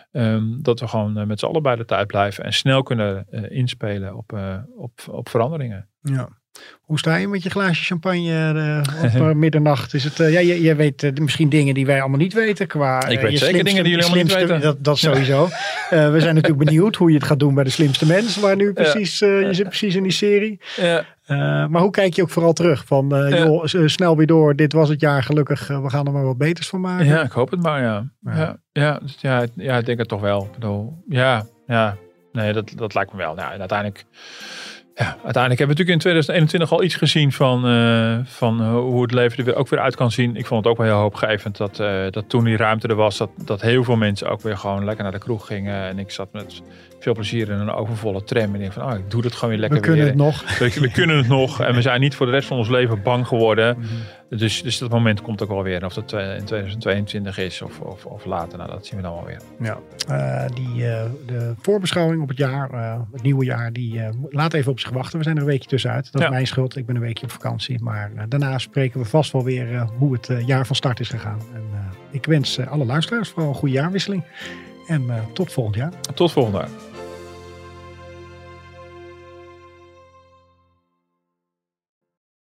Um, dat we gewoon uh, met z'n allen bij de tijd blijven. En snel kunnen uh, inspelen op, uh, op, op veranderingen. Ja. Hoe sta je met je glaasje champagne uh, op uh, middernacht? Is het, uh, ja, jij, jij weet uh, misschien dingen die wij allemaal niet weten. Qua, uh, ik weet je zeker dingen die jullie allemaal niet weten. Dat, dat sowieso. Uh, we zijn natuurlijk benieuwd hoe je het gaat doen bij de slimste mens. Waar nu precies, uh, je zit precies in die serie. Ja. Uh, maar hoe kijk je ook vooral terug? Van uh, ja. joh, snel weer door. Dit was het jaar gelukkig. Uh, we gaan er maar wat beters van maken. Ja, ik hoop het maar ja. Ja, ja, ja, dus ja, ja ik denk het toch wel. Ik bedoel, ja, ja. Nee, dat, dat lijkt me wel. Nou, en uiteindelijk... Ja, uiteindelijk hebben we natuurlijk in tweeduizend eenentwintig al iets gezien van, uh, van uh, hoe het leven er weer ook weer uit kan zien. Ik vond het ook wel heel hoopgevend dat, uh, dat toen die ruimte er was, dat, dat heel veel mensen ook weer gewoon lekker naar de kroeg gingen. En ik zat met veel plezier in een overvolle tram en ik denk van, oh, ik doe het gewoon weer lekker weer. We kunnen weer. het nog. We, we kunnen het nog en we zijn niet voor de rest van ons leven bang geworden. Mm-hmm. Dus, dus dat moment komt ook wel weer. Of dat in tweeduizend tweeëntwintig is of, of, of later, nou, dat zien we dan wel weer. Ja, uh, die, uh, de voorbeschouwing op het jaar, uh, het nieuwe jaar, die uh, laat even op zich wachten. We zijn er een weekje tussenuit. Dat ja. is mijn schuld. Ik ben een weekje op vakantie. Maar uh, daarna spreken we vast wel weer uh, hoe het uh, jaar van start is gegaan. En uh, ik wens uh, alle luisteraars vooral een goede jaarwisseling. En uh, tot volgend jaar. Tot volgend jaar.